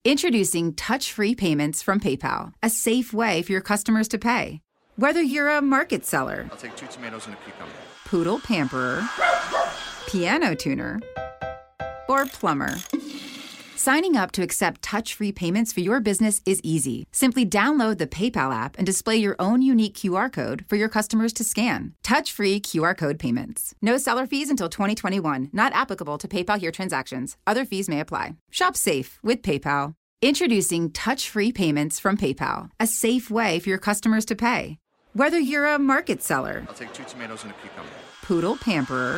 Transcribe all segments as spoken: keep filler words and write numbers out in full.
Introducing touch-free payments from PayPal, a safe way for your customers to pay. Whether you're a market seller, I'll take two tomatoes and a cucumber. Poodle pamperer, piano tuner, or plumber. Signing up to accept touch-free payments for your business is easy. Simply download the PayPal app and display your own unique Q R code for your customers to scan. Touch-free Q R code payments. No seller fees until twenty twenty-one. Not applicable to PayPal here transactions. Other fees may apply. Shop safe with PayPal. Introducing touch-free payments from PayPal, a safe way for your customers to pay. Whether you're a market seller, I'll take two tomatoes and a cucumber. Poodle pamperer,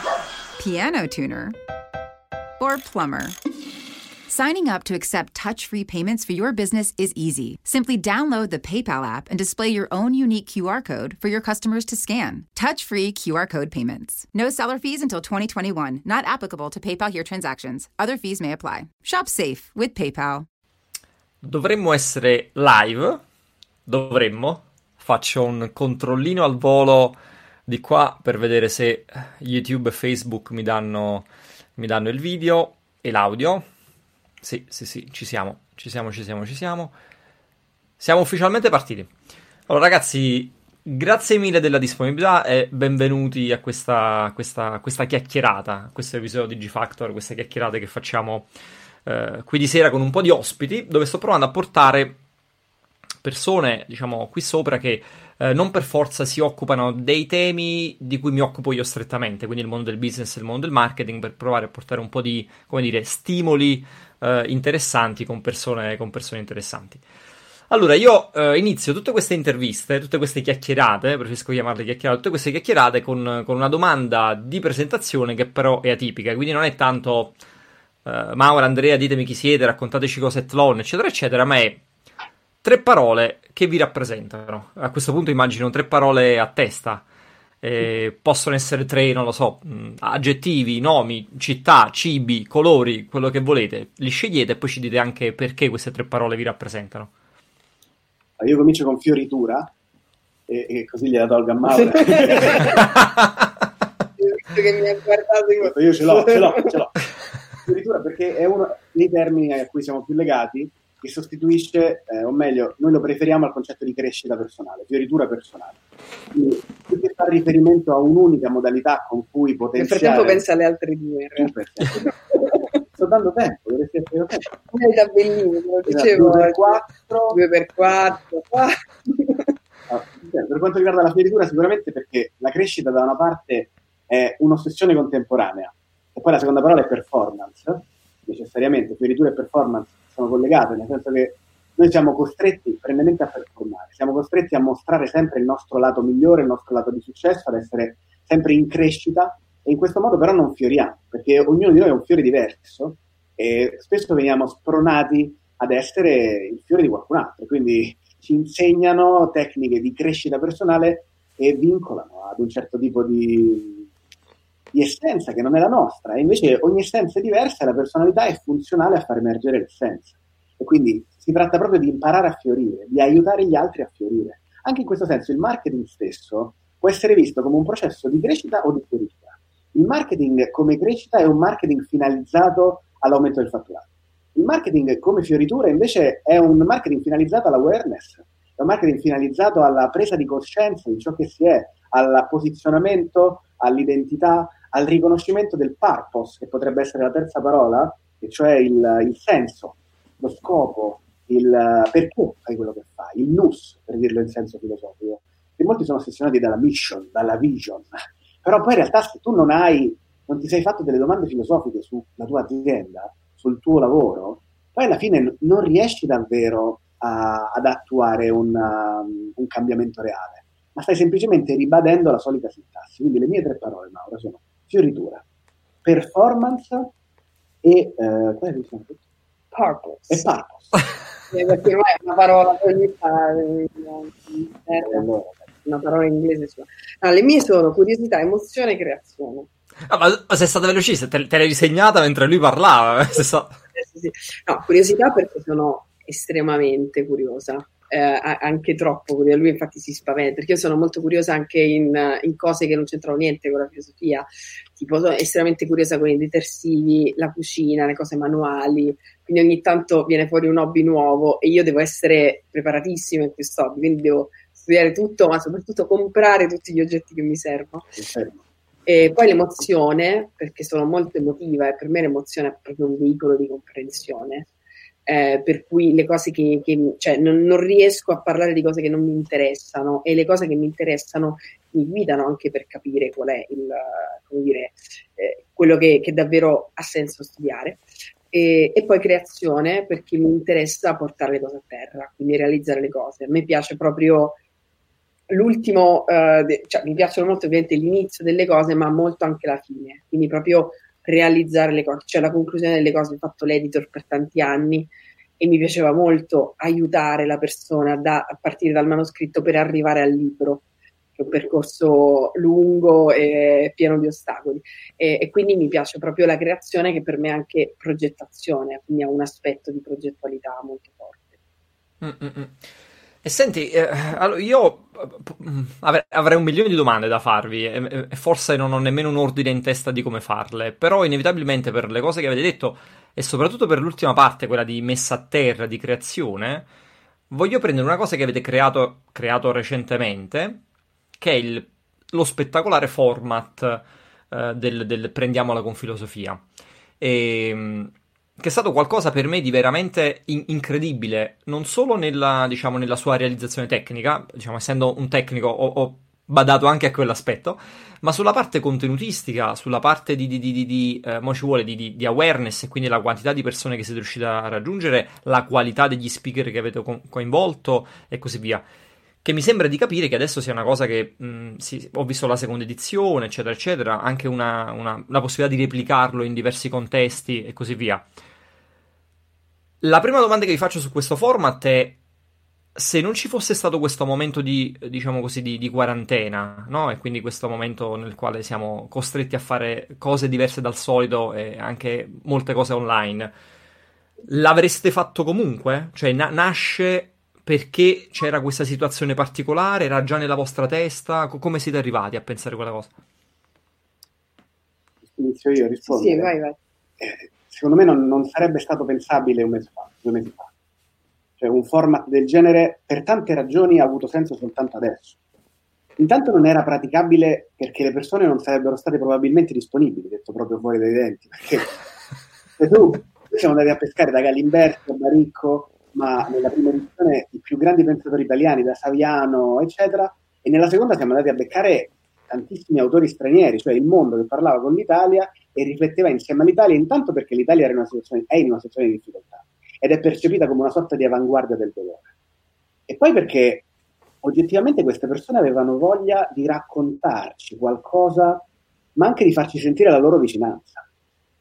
piano tuner, or plumber. Signing up to accept touch-free payments for your business is easy. Simply download the PayPal app and display your own unique Q R code for your customers to scan. Touch-free Q R code payments. No seller fees until twenty twenty-one. Not applicable to PayPal here transactions. Other fees may apply. Shop safe with PayPal. Dovremmo essere live. Dovremmo. Faccio un controllino al volo di qua per vedere se YouTube e Facebook mi danno, mi danno il video e l'audio. Sì, sì, sì, ci siamo, ci siamo, ci siamo, ci siamo. Siamo ufficialmente partiti. Allora ragazzi, grazie mille della disponibilità e benvenuti a questa, questa, questa chiacchierata, a questo episodio di G-Factor, queste chiacchierate che facciamo eh, qui di sera con un po' di ospiti, dove sto provando a portare persone, diciamo, qui sopra che eh, non per forza si occupano dei temi di cui mi occupo io strettamente, quindi il mondo del business e il mondo del marketing, per provare a portare un po' di, come dire, stimoli eh, interessanti con persone, con persone interessanti. Allora, io eh, inizio tutte queste interviste, tutte queste chiacchierate, preferisco chiamarle chiacchierate, tutte queste chiacchierate con, con una domanda di presentazione che però è atipica, quindi non è tanto eh, Maura, Andrea, ditemi chi siete, raccontateci cos'è Tlon, eccetera, eccetera, ma è tre parole che vi rappresentano. A questo punto immagino tre parole a testa. Eh, possono essere tre, non lo so, mh, aggettivi, nomi, città, cibi, colori, quello che volete. Li scegliete e poi ci dite anche perché queste tre parole vi rappresentano. Io comincio con fioritura e, e così gliela tolgo a Maura. Che mi ha guardato io ce l'ho, ce l'ho, ce l'ho. Fioritura perché è uno dei termini a cui siamo più legati, che sostituisce, eh, o meglio, noi lo preferiamo al concetto di crescita personale, fioritura personale. Quindi, più che fare riferimento a un'unica modalità con cui potenziare... Nel frattempo pensa alle altre due, in realtà. Sto dando tempo, dovresti essere tempo. Nei tabellini, te lo dicevo. due per quattro due per quattro Ah, per quanto riguarda la fioritura, sicuramente perché la crescita da una parte è un'ossessione contemporanea, e poi la seconda parola è performance, necessariamente fioritura e performance sono collegate, nel senso che noi siamo costretti perennemente a performare, siamo costretti a mostrare sempre il nostro lato migliore, il nostro lato di successo, ad essere sempre in crescita, e in questo modo però non fioriamo, perché ognuno di noi è un fiore diverso e spesso veniamo spronati ad essere il fiore di qualcun altro, quindi ci insegnano tecniche di crescita personale e vincolano ad un certo tipo di, di essenza che non è la nostra, e invece ogni essenza è diversa e la personalità è funzionale a far emergere l'essenza, e quindi si tratta proprio di imparare a fiorire, di aiutare gli altri a fiorire. Anche in questo senso il marketing stesso può essere visto come un processo di crescita o di fioritura. Il marketing come crescita è un marketing finalizzato all'aumento del fatturato. Il marketing come fioritura invece è un marketing finalizzato all'awareness, è un marketing finalizzato alla presa di coscienza di ciò che si è, al posizionamento, all'identità, al riconoscimento del purpose, che potrebbe essere la terza parola, e cioè il, il senso, lo scopo, il perché fai quello che fai, il nus, per dirlo in senso filosofico. E molti sono ossessionati dalla mission, dalla vision, però poi in realtà se tu non hai, non ti sei fatto delle domande filosofiche sulla tua azienda, sul tuo lavoro, poi alla fine non riesci davvero a, ad attuare un, um, un cambiamento reale, ma stai semplicemente ribadendo la solita sintassi. Quindi le mie tre parole, Maura, sono fioritura, performance e eh, qual è il purpose. E purpose. Eh, perché ormai è una parola ogni una parola in inglese. No, le mie sono curiosità, emozione e creazione. Ah, ma, ma sei stata velocissima, te, te l'hai disegnata mentre lui parlava. Sei stata... sì, sì. No, curiosità perché sono estremamente curiosa, eh, anche troppo, lui infatti si spaventa, perché io sono molto curiosa anche in, in cose che non c'entrano niente con la filosofia, tipo sono estremamente curiosa con i detersivi, la cucina, le cose manuali, quindi ogni tanto viene fuori un hobby nuovo e io devo essere preparatissima in questo hobby, quindi devo studiare tutto, ma soprattutto comprare tutti gli oggetti che mi servono. E poi l'emozione, perché sono molto emotiva e per me l'emozione è proprio un veicolo di comprensione. Eh, per cui le cose che, che cioè non, non riesco a parlare di cose che non mi interessano, e le cose che mi interessano mi guidano anche per capire qual è il, come dire, eh, quello che, che davvero ha senso studiare. E, e poi creazione, perché mi interessa portare le cose a terra, quindi realizzare le cose. A me piace proprio l'ultimo, eh, de, cioè mi piacciono molto ovviamente l'inizio delle cose, ma molto anche la fine, quindi proprio realizzare le cose, cioè la conclusione delle cose. Ho fatto l'editor per tanti anni e mi piaceva molto aiutare la persona da, a partire dal manoscritto per arrivare al libro, che è un percorso lungo e pieno di ostacoli, e, e quindi mi piace proprio la creazione, che per me è anche progettazione, quindi ha un aspetto di progettualità molto forte. Mm-mm. E senti, eh, allora io avrei, avrei un milione di domande da farvi e, e forse non ho nemmeno un ordine in testa di come farle, però inevitabilmente per le cose che avete detto e soprattutto per l'ultima parte, quella di messa a terra, di creazione, voglio prendere una cosa che avete creato, creato recentemente, che è il, lo spettacolare format eh, del, del Prendiamola con filosofia. E... che è stato qualcosa per me di veramente in- incredibile, non solo nella, diciamo, nella sua realizzazione tecnica, diciamo, essendo un tecnico ho, ho badato anche a quell'aspetto, ma sulla parte contenutistica, sulla parte di, di, di, di, di eh, mo ci vuole, di, di, di awareness, e quindi la quantità di persone che siete riusciti a raggiungere, la qualità degli speaker che avete co- coinvolto e così via. Che mi sembra di capire che adesso sia una cosa che mh, sì, ho visto la seconda edizione, eccetera, eccetera, anche una, una, una possibilità di replicarlo in diversi contesti e così via. La prima domanda che vi faccio su questo format è: se non ci fosse stato questo momento di, diciamo così, di, di quarantena, no? E quindi questo momento nel quale siamo costretti a fare cose diverse dal solito e anche molte cose online, l'avreste fatto comunque? Cioè, na- nasce perché c'era questa situazione particolare? Era già nella vostra testa? Co- come siete arrivati a pensare quella cosa? Inizio io a rispondere. Sì, vai, vai. Eh, secondo me non, non sarebbe stato pensabile un mese fa, due mesi fa. Cioè un format del genere per tante ragioni ha avuto senso soltanto adesso. Intanto non era praticabile perché le persone non sarebbero state probabilmente disponibili, detto proprio fuori dai denti, perché se tu siamo andati a pescare da Galimberti a Baricco, ma nella prima edizione i più grandi pensatori italiani, da Saviano, eccetera, e nella seconda siamo andati a beccare tantissimi autori stranieri, cioè il mondo che parlava con l'Italia e rifletteva insieme all'Italia, intanto perché l'Italia era in una situazione, è in una situazione di difficoltà ed è percepita come una sorta di avanguardia del dolore. E poi perché oggettivamente queste persone avevano voglia di raccontarci qualcosa, ma anche di farci sentire la loro vicinanza.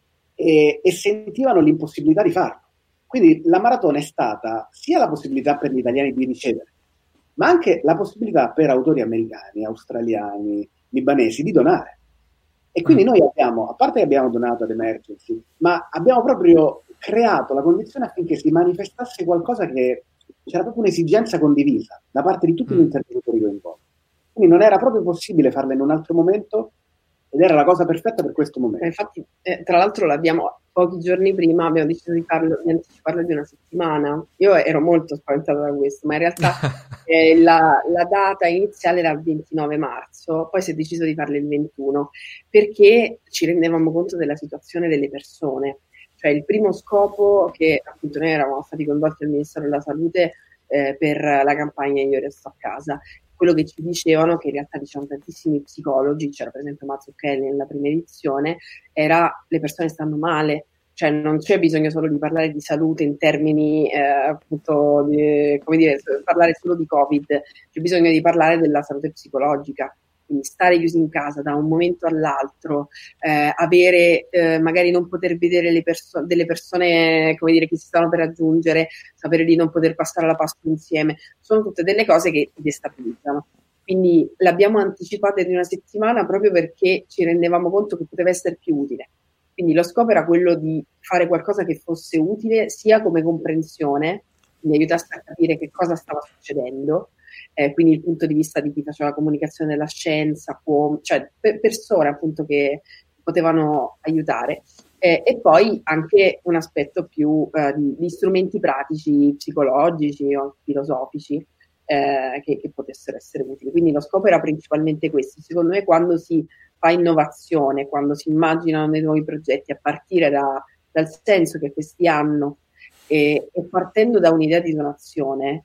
E, e sentivano l'impossibilità di farlo. Quindi la maratona è stata sia la possibilità per gli italiani di ricevere, ma anche la possibilità per autori americani, australiani, libanesi di donare. E quindi noi abbiamo, a parte che abbiamo donato ad Emergency, ma abbiamo proprio creato la condizione affinché si manifestasse qualcosa che c'era proprio un'esigenza condivisa da parte di tutti gli interlocutori coinvolti. Quindi non era proprio possibile farla in un altro momento ed era la cosa perfetta per questo momento. Eh, infatti, eh, tra l'altro l'abbiamo pochi giorni prima abbiamo deciso di, farlo, di anticiparlo di una settimana. Io ero molto spaventata da questo, ma in realtà eh, la, la data iniziale era il ventinove marzo, poi si è deciso di farlo il ventuno, perché ci rendevamo conto della situazione delle persone. Cioè il primo scopo, che appunto noi eravamo stati coinvolti al Ministero della Salute eh, per la campagna Io resto a casa, quello che ci dicevano, che in realtà dicevano tantissimi psicologi, c'era per esempio Mazzucchelli nella prima edizione, era le persone stanno male, cioè non c'è bisogno solo di parlare di salute in termini eh, appunto di, come dire, parlare solo di Covid, c'è bisogno di parlare della salute psicologica. Quindi stare chiusi in casa da un momento all'altro, eh, avere eh, magari non poter vedere le perso- delle persone, come dire, che si stanno per raggiungere, sapere di non poter passare la Pasqua insieme, sono tutte delle cose che ti destabilizzano. Quindi l'abbiamo anticipata di una settimana proprio perché ci rendevamo conto che poteva essere più utile. Quindi lo scopo era quello di fare qualcosa che fosse utile sia come comprensione quindi aiutasse a capire che cosa stava succedendo, eh, quindi il punto di vista di chi faceva comunicazione della scienza, può, cioè per persone appunto che potevano aiutare. Eh, e poi anche un aspetto più eh, di, di strumenti pratici, psicologici o filosofici eh, che, che potessero essere utili. Quindi lo scopo era principalmente questo. Secondo me quando si fa innovazione, quando si immaginano dei nuovi progetti a partire da, dal senso che questi hanno e, e partendo da un'idea di donazione,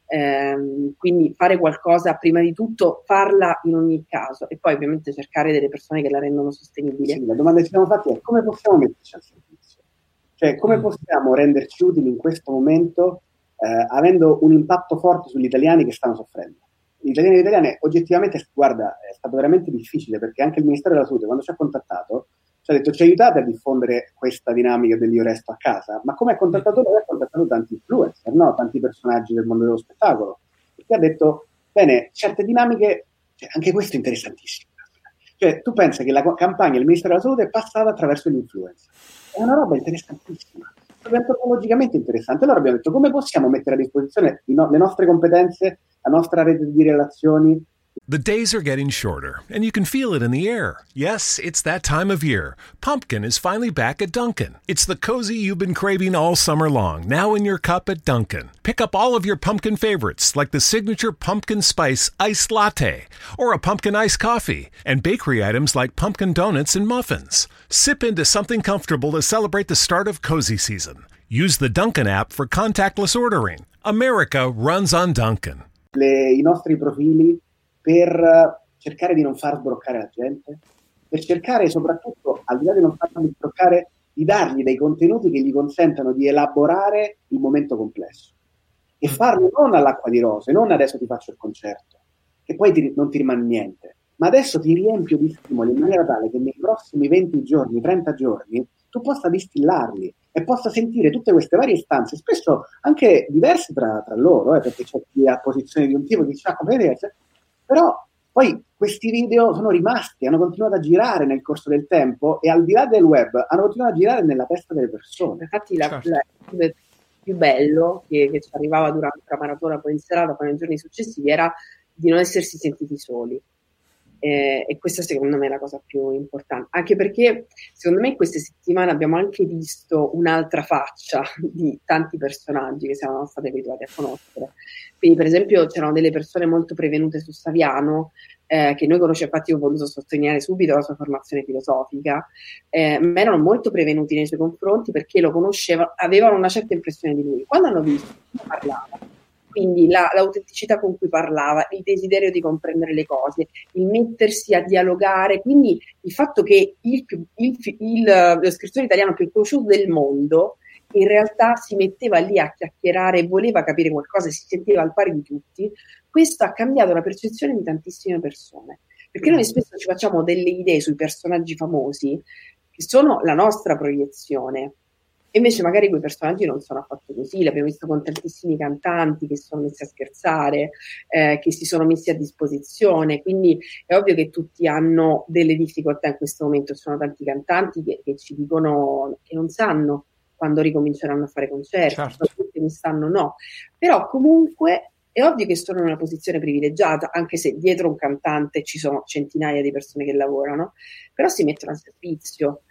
ehm, quindi fare qualcosa, prima di tutto farla in ogni caso e poi ovviamente cercare delle persone che la rendono sostenibile. Sì, la domanda che ci siamo fatti è come possiamo metterci al servizio? Cioè come possiamo renderci utili in questo momento eh, avendo un impatto forte sugli italiani che stanno soffrendo? Gli italiani e le italiane oggettivamente, guarda, è stato veramente difficile perché anche il Ministero della Salute quando ci ha contattato ci ha detto ci aiutate a diffondere questa dinamica dell'io resto a casa, ma come ha contattato lui ha contattato tanti influencer, no? Tanti personaggi del mondo dello spettacolo, perché ha detto bene, certe dinamiche, cioè, anche questo è interessantissimo, cioè tu pensi che la campagna del Ministero della Salute è passata attraverso gli influencer, è una roba interessantissima, proprio antropologicamente interessante. Allora abbiamo detto come possiamo mettere a disposizione no- le nostre competenze, la nostra rete di relazioni. The days are getting shorter, and you can feel it in the air. Yes, it's that time of year. Pumpkin is finally back at Dunkin'. It's the cozy you've been craving all summer long, now in your cup at Dunkin'. Pick up all of your pumpkin favorites, like the signature pumpkin spice iced latte, or a pumpkin iced coffee, and bakery items like pumpkin donuts and muffins. Sip into something comfortable to celebrate the start of cozy season. Use the Dunkin' app for contactless ordering. America runs on Dunkin'. Le, I nostri profili per cercare di non far sbroccare la gente, per cercare soprattutto, al di là di non farli sbroccare, di dargli dei contenuti che gli consentano di elaborare il momento complesso e farlo non all'acqua di rose, non adesso ti faccio il concerto, che poi ti, non ti rimane niente, ma adesso ti riempio di stimoli in maniera tale che nei prossimi venti giorni, trenta giorni, tu possa distillarli e possa sentire tutte queste varie istanze, spesso anche diverse tra, tra loro, eh, perché c'è chi ha posizioni di un tipo, chi ha competenze. Però poi questi video sono rimasti, hanno continuato a girare nel corso del tempo e al di là del web hanno continuato a girare nella testa delle persone. Infatti la, certo. la, il più bello che, che ci arrivava durante la maratona, poi in serata, poi nei giorni successivi, era di non essersi sentiti soli. Eh, e questa secondo me è la cosa più importante, anche perché secondo me in queste settimane abbiamo anche visto un'altra faccia di tanti personaggi che siamo stati abituati a conoscere. Quindi per esempio c'erano delle persone molto prevenute su Saviano eh, che noi conosciamo, infatti ho voluto sottolineare subito la sua formazione filosofica, eh, ma erano molto prevenuti nei suoi confronti perché lo conoscevano, avevano una certa impressione di lui. Quando hanno visto come parlava, quindi la, l'autenticità con cui parlava, il desiderio di comprendere le cose, il mettersi a dialogare, quindi il fatto che il, il, il, lo scrittore italiano più conosciuto del mondo in realtà si metteva lì a chiacchierare, voleva capire qualcosa e si sentiva al pari di tutti, questo ha cambiato la percezione di tantissime persone, perché noi spesso ci facciamo delle idee sui personaggi famosi che sono la nostra proiezione. E invece magari quei personaggi non sono affatto così, l'abbiamo visto con tantissimi cantanti che si sono messi a scherzare, eh, che si sono messi a disposizione, quindi è ovvio che tutti hanno delle difficoltà in questo momento, ci sono tanti cantanti che, che ci dicono che non sanno quando ricominceranno a fare concerti, certo. Tutti ne stanno no, però comunque è ovvio che sono in una posizione privilegiata, anche se dietro un cantante ci sono centinaia di persone che lavorano, però si mettono a servizio.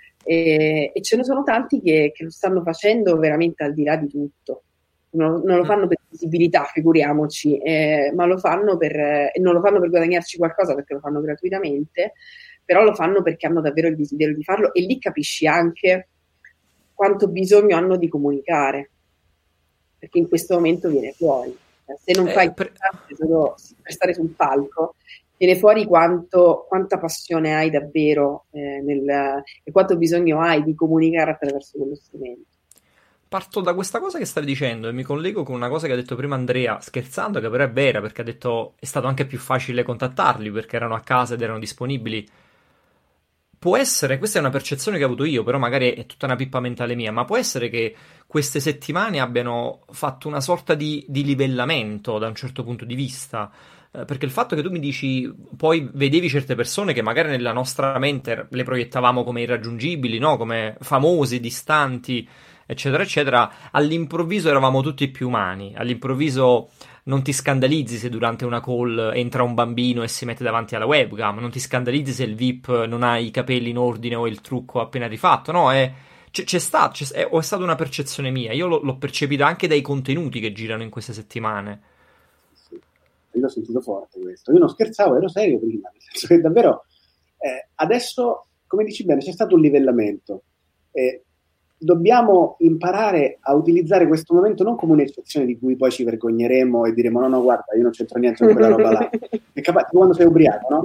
E, e ce ne sono tanti che, che lo stanno facendo veramente al di là di tutto, non, non lo fanno per visibilità, figuriamoci, eh, ma lo fanno per e non lo fanno per guadagnarci qualcosa perché lo fanno gratuitamente, però lo fanno perché hanno davvero il desiderio di farlo e lì capisci anche quanto bisogno hanno di comunicare, perché in questo momento viene fuori, se non fai eh, per... solo per stare sul palco viene fuori quanto, quanta passione hai davvero eh, nel, e quanto bisogno hai di comunicare attraverso quello strumento. Parto da questa cosa che stavi dicendo e mi collego con una cosa che ha detto prima Andrea, scherzando, che però è vera, perché ha detto è stato anche più facile contattarli perché erano a casa ed erano disponibili. Può essere, questa è una percezione che ho avuto io, però magari è tutta una pippa mentale mia, ma può essere che queste settimane abbiano fatto una sorta di, di livellamento da un certo punto di vista. Perché il fatto che tu mi dici, poi vedevi certe persone che magari nella nostra mente le proiettavamo come irraggiungibili, no? Come famosi, distanti, eccetera, eccetera, all'improvviso eravamo tutti più umani, all'improvviso non ti scandalizzi se durante una call entra un bambino e si mette davanti alla webcam, non ti scandalizzi se il V I P non ha i capelli in ordine o il trucco appena rifatto, no, è... C'è, c'è stato, c'è, è, o è stata una percezione mia, io l'ho, l'ho percepita anche dai contenuti che girano in queste settimane. Sì, io l'ho sentito forte questo, io non scherzavo, ero serio prima, nel senso che davvero eh, adesso, come dici bene, c'è stato un livellamento, eh, dobbiamo imparare a utilizzare questo momento non come un'eccezione di cui poi ci vergogneremo e diremo no no guarda io non c'entro niente con quella roba là, è capace quando sei ubriaco, no?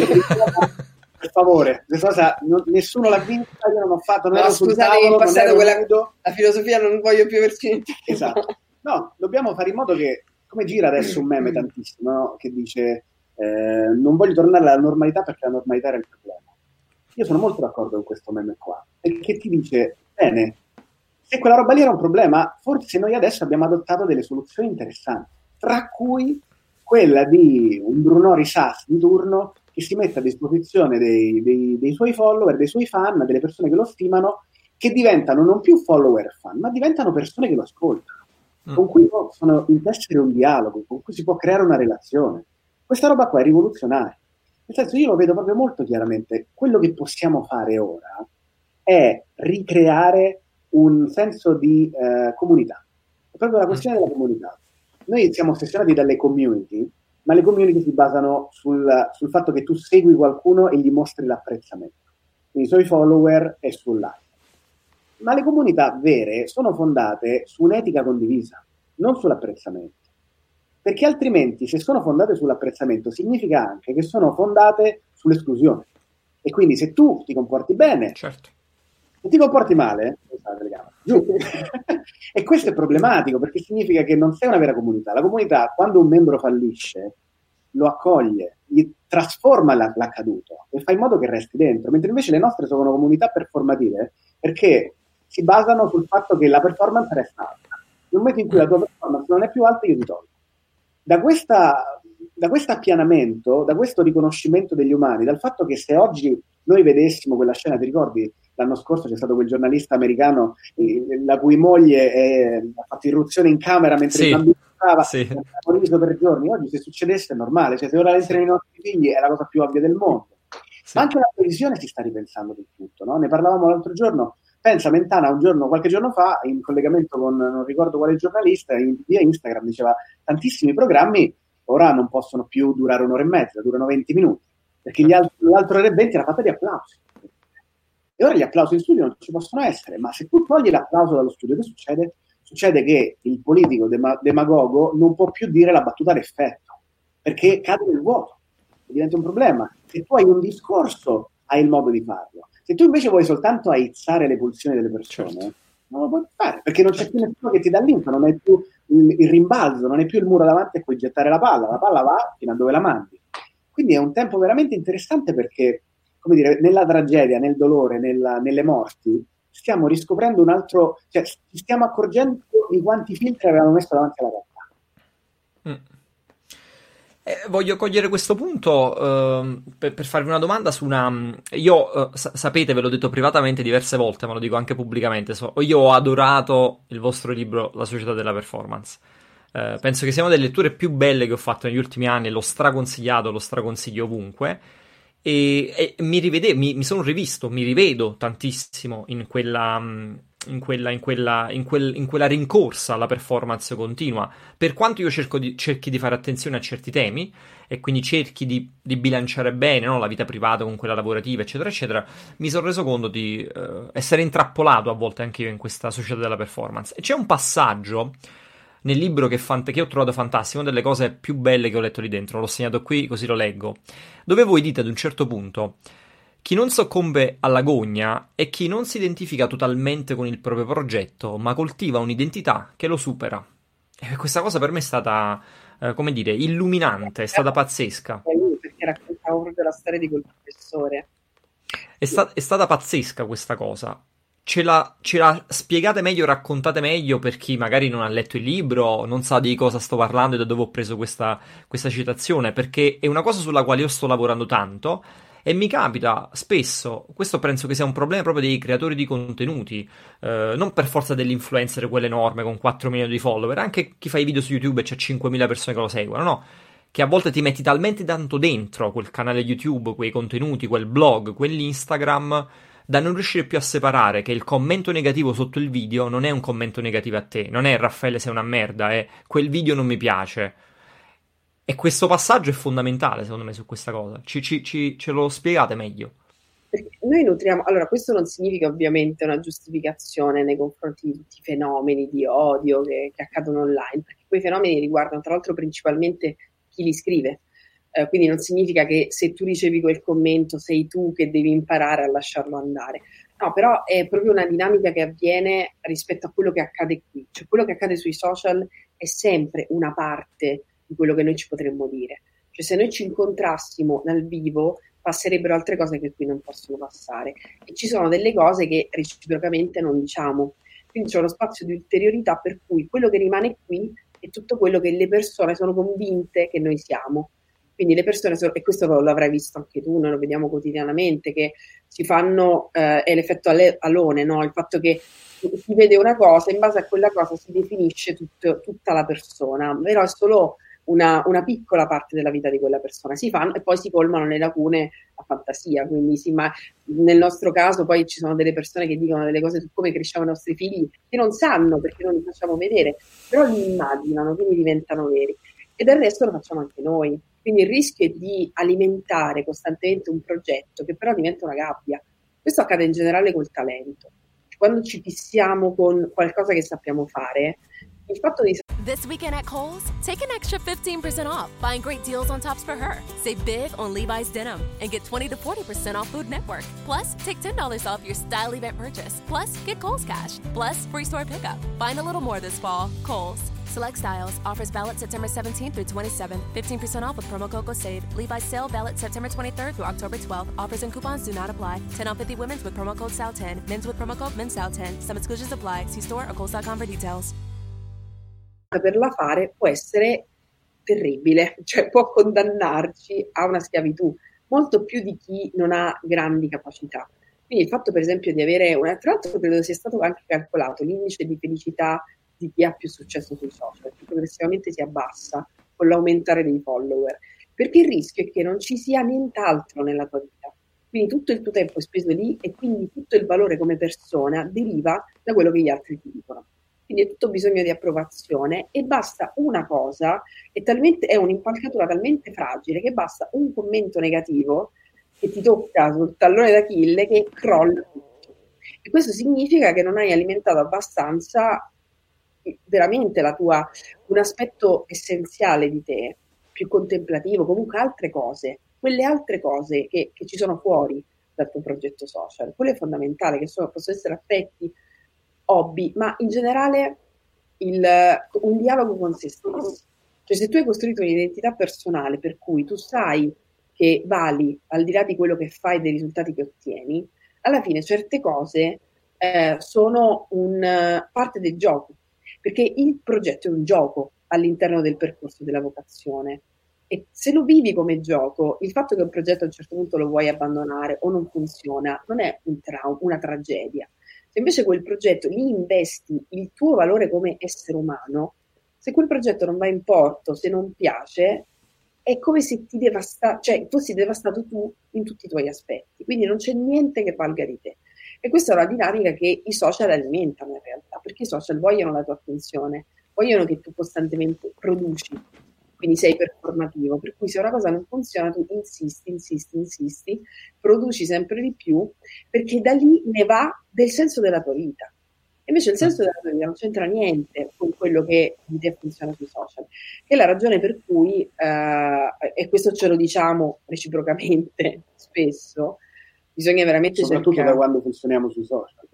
Per favore, questa cosa non, nessuno l'ha vinta, io non ho fatto, non no, ero scusate, sul tavolo, in passato quella, nudo. La filosofia non voglio più averci niente. Esatto. No, dobbiamo fare in modo che, come gira adesso un meme tantissimo, no? Che dice eh, non voglio tornare alla normalità perché la normalità era il problema. Io sono molto d'accordo con questo meme qua, perché ti dice, bene, se quella roba lì era un problema, forse noi adesso abbiamo adottato delle soluzioni interessanti, tra cui quella di un Bruno Risas di turno che si mette a disposizione dei, dei, dei suoi follower, dei suoi fan, delle persone che lo stimano, che diventano non più follower fan, ma diventano persone che lo ascoltano, mm. con cui possono intessere un dialogo, con cui si può creare una relazione. Questa roba qua è rivoluzionaria. Nel senso, io lo vedo proprio molto chiaramente. Quello che possiamo fare ora è ricreare un senso di eh, comunità. È proprio la questione della comunità. Noi siamo ossessionati dalle community, ma le community si basano sul, sul fatto che tu segui qualcuno e gli mostri l'apprezzamento, quindi sui follower e sul like. Ma le comunità vere sono fondate su un'etica condivisa, non sull'apprezzamento, perché altrimenti se sono fondate sull'apprezzamento significa anche che sono fondate sull'esclusione, e quindi se tu ti comporti bene, certo. se ti comporti male, giù. E questo è problematico perché significa che non sei una vera comunità. La comunità, quando un membro fallisce, lo accoglie, gli trasforma l'accaduto e fa in modo che resti dentro, mentre invece le nostre sono comunità performative perché si basano sul fatto che la performance resta alta. Nel momento in cui la tua performance non è più alta, io ti tolgo. Da questa, da questo appianamento, da questo riconoscimento degli umani, dal fatto che se oggi noi vedessimo quella scena, ti ricordi? L'anno scorso c'è stato quel giornalista americano eh, la cui moglie è, ha fatto irruzione in camera mentre sì, il bambino stava, sì. ha riso per giorni. Oggi se succedesse è normale, cioè se ora entrano i nostri figli è la cosa più ovvia del mondo. Sì. Ma anche la televisione si sta ripensando di tutto, no? Ne parlavamo l'altro giorno. Pensa, Mentana un giorno, qualche giorno fa, in collegamento con non ricordo quale giornalista, in, via Instagram diceva tantissimi programmi ora non possono più durare un'ora e mezza, durano venti minuti, perché gli altri, l'altro ora e venti era fatta di applausi. E ora gli applausi in studio non ci possono essere, ma se tu togli l'applauso dallo studio, che succede? Succede che il politico dema- demagogo non può più dire la battuta d'effetto, perché cade nel vuoto, diventa un problema. Se tu hai un discorso, hai il modo di farlo. Se tu invece vuoi soltanto aizzare le pulsioni delle persone, certo. non lo puoi fare, perché non c'è più nessuno che ti dà l'info, non hai più il, il rimbalzo, non hai più il muro davanti e puoi gettare la palla, la palla va fino a dove la mandi. Quindi è un tempo veramente interessante perché, come dire, nella tragedia, nel dolore, nella, nelle morti, stiamo riscoprendo un altro, cioè ci stiamo accorgendo di quanti filtri avevamo messo davanti alla realtà. Mm. Eh, voglio cogliere questo punto uh, per, per farvi una domanda su una... Io, uh, sa- sapete, ve l'ho detto privatamente diverse volte, ma lo dico anche pubblicamente, so, io ho adorato il vostro libro La società della performance. Uh, penso che sia una delle letture più belle che ho fatto negli ultimi anni, l'ho straconsigliato, lo straconsiglio ovunque. E, e mi rivede, mi, mi sono rivisto, mi rivedo tantissimo in quella, in quella, in quella, in quel, in quella rincorsa alla performance continua. Per quanto io cerco di, cerchi di fare attenzione a certi temi e quindi cerchi di, di bilanciare bene, no, la vita privata con quella lavorativa, eccetera, eccetera, mi sono reso conto di uh, essere intrappolato a volte anche io in questa società della performance. E c'è un passaggio nel libro che, fant- che ho trovato fantastico, una delle cose più belle che ho letto lì dentro, l'ho segnato qui così lo leggo, dove voi dite ad un certo punto: chi non soccombe alla gogna è chi non si identifica totalmente con il proprio progetto, ma coltiva un'identità che lo supera. E questa cosa per me è stata, eh, come dire, illuminante, è stata pazzesca. Perché raccontavo proprio la storia di quel professore. È, sta- è stata pazzesca questa cosa. Ce la, ce la spiegate meglio, raccontate meglio per chi magari non ha letto il libro, non sa di cosa sto parlando e da dove ho preso questa, questa citazione, perché è una cosa sulla quale io sto lavorando tanto E mi capita spesso, questo penso che sia un problema proprio dei creatori di contenuti, eh, non per forza dell'influencer, quelle enorme con quattro milioni di follower, anche chi fa i video su YouTube e c'è cinquemila persone che lo seguono, no? Che a volte ti metti talmente tanto dentro quel canale YouTube, quei contenuti, quel blog, quell'Instagram, da non riuscire più a separare che il commento negativo sotto il video non è un commento negativo a te, non è Raffaele sei una merda, è quel video non mi piace. E questo passaggio è fondamentale secondo me su questa cosa. Ci, ci, ci, ce lo spiegate meglio? Perché noi nutriamo, allora questo non significa ovviamente una giustificazione nei confronti di tutti i fenomeni di odio che, che accadono online, perché quei fenomeni riguardano tra l'altro principalmente chi li scrive. Uh, quindi non significa che se tu ricevi quel commento sei tu che devi imparare a lasciarlo andare. No, però è proprio una dinamica che avviene rispetto a quello che accade qui. Cioè quello che accade sui social è sempre una parte di quello che noi ci potremmo dire. Cioè se noi ci incontrassimo dal vivo passerebbero altre cose che qui non possono passare. E ci sono delle cose che reciprocamente non diciamo. Quindi c'è uno spazio di ulteriorità per cui quello che rimane qui è tutto quello che le persone sono convinte che noi siamo. Quindi le persone, sono, e questo lo avrai visto anche tu, noi lo vediamo quotidianamente, che si fanno, eh, è l'effetto alone, no? Il fatto che si vede una cosa, in base a quella cosa si definisce tutto, tutta la persona, però è solo una, una piccola parte della vita di quella persona, si fanno e poi si colmano le lacune a fantasia, quindi sì, ma nel nostro caso poi ci sono delle persone che dicono delle cose su come cresciamo i nostri figli, che non sanno perché non li facciamo vedere, però li immaginano, quindi diventano veri. E del resto lo facciamo anche noi. Quindi il rischio è di alimentare costantemente un progetto che però diventa una gabbia. Questo accade in generale col talento. Quando ci fissiamo con qualcosa che sappiamo fare, il fatto di... This weekend at Kohl's, take an extra fifteen percent off, buying great deals on tops for her. Save big on Levi's denim and get twenty to forty percent off Food Network. Plus, take ten dollars off your style event purchase. Plus, get Kohl's Cash. Plus, free store pickup. Find a little more this fall. Kohl's. Select styles. Offers valid September seventeenth through twenty-seventh. fifteen percent off with promo code GOSAVE. Levi's sale valid September twenty-third through October twelfth. Offers and coupons do not apply. ten off fifty women's with promo code S A L ten. Men's with promo code MENSAL ten. Some exclusions apply. See store or kohls dot com for details. Saperla fare può essere terribile, cioè può condannarci a una schiavitù, molto più di chi non ha grandi capacità. Quindi il fatto per esempio di avere, una, tra l'altro credo sia stato anche calcolato, l'indice di felicità di chi ha più successo sui social, che progressivamente si abbassa con l'aumentare dei follower, perché il rischio è che non ci sia nient'altro nella tua vita, quindi tutto il tuo tempo è speso lì e quindi tutto il valore come persona deriva da quello che gli altri ti dicono. Quindi è tutto bisogno di approvazione e basta una cosa, è, talmente, è un'impalcatura talmente fragile che basta un commento negativo che ti tocca sul tallone d'Achille che crolla tutto. E questo significa che non hai alimentato abbastanza veramente la tua, un aspetto essenziale di te, più contemplativo, comunque altre cose, quelle altre cose che, che ci sono fuori dal tuo progetto social, quello è fondamentale, che sono, possono essere affetti, hobby, ma in generale il, un dialogo con se stesso. Cioè se tu hai costruito un'identità personale per cui tu sai che vali al di là di quello che fai e dei risultati che ottieni, alla fine certe cose eh, sono un, uh, parte del gioco, perché il progetto è un gioco all'interno del percorso della vocazione e se lo vivi come gioco, il fatto che un progetto a un certo punto lo vuoi abbandonare o non funziona non è un trauma, una tragedia. Se invece quel progetto lì investi il tuo valore come essere umano, se quel progetto non va in porto, se non piace, è come se ti devasta, cioè fossi devastato tu in tutti i tuoi aspetti, quindi non c'è niente che valga di te. E questa è una dinamica che i social alimentano in realtà, perché i social vogliono la tua attenzione, vogliono che tu costantemente produci, quindi sei performativo, per cui se una cosa non funziona tu insisti, insisti, insisti, produci sempre di più, perché da lì ne va del senso della tua vita. E invece il senso della tua vita non c'entra niente con quello che di te funziona sui social, che è la ragione per cui, eh, e questo ce lo diciamo reciprocamente spesso, bisogna veramente soprattutto cercare... da quando funzioniamo sui social.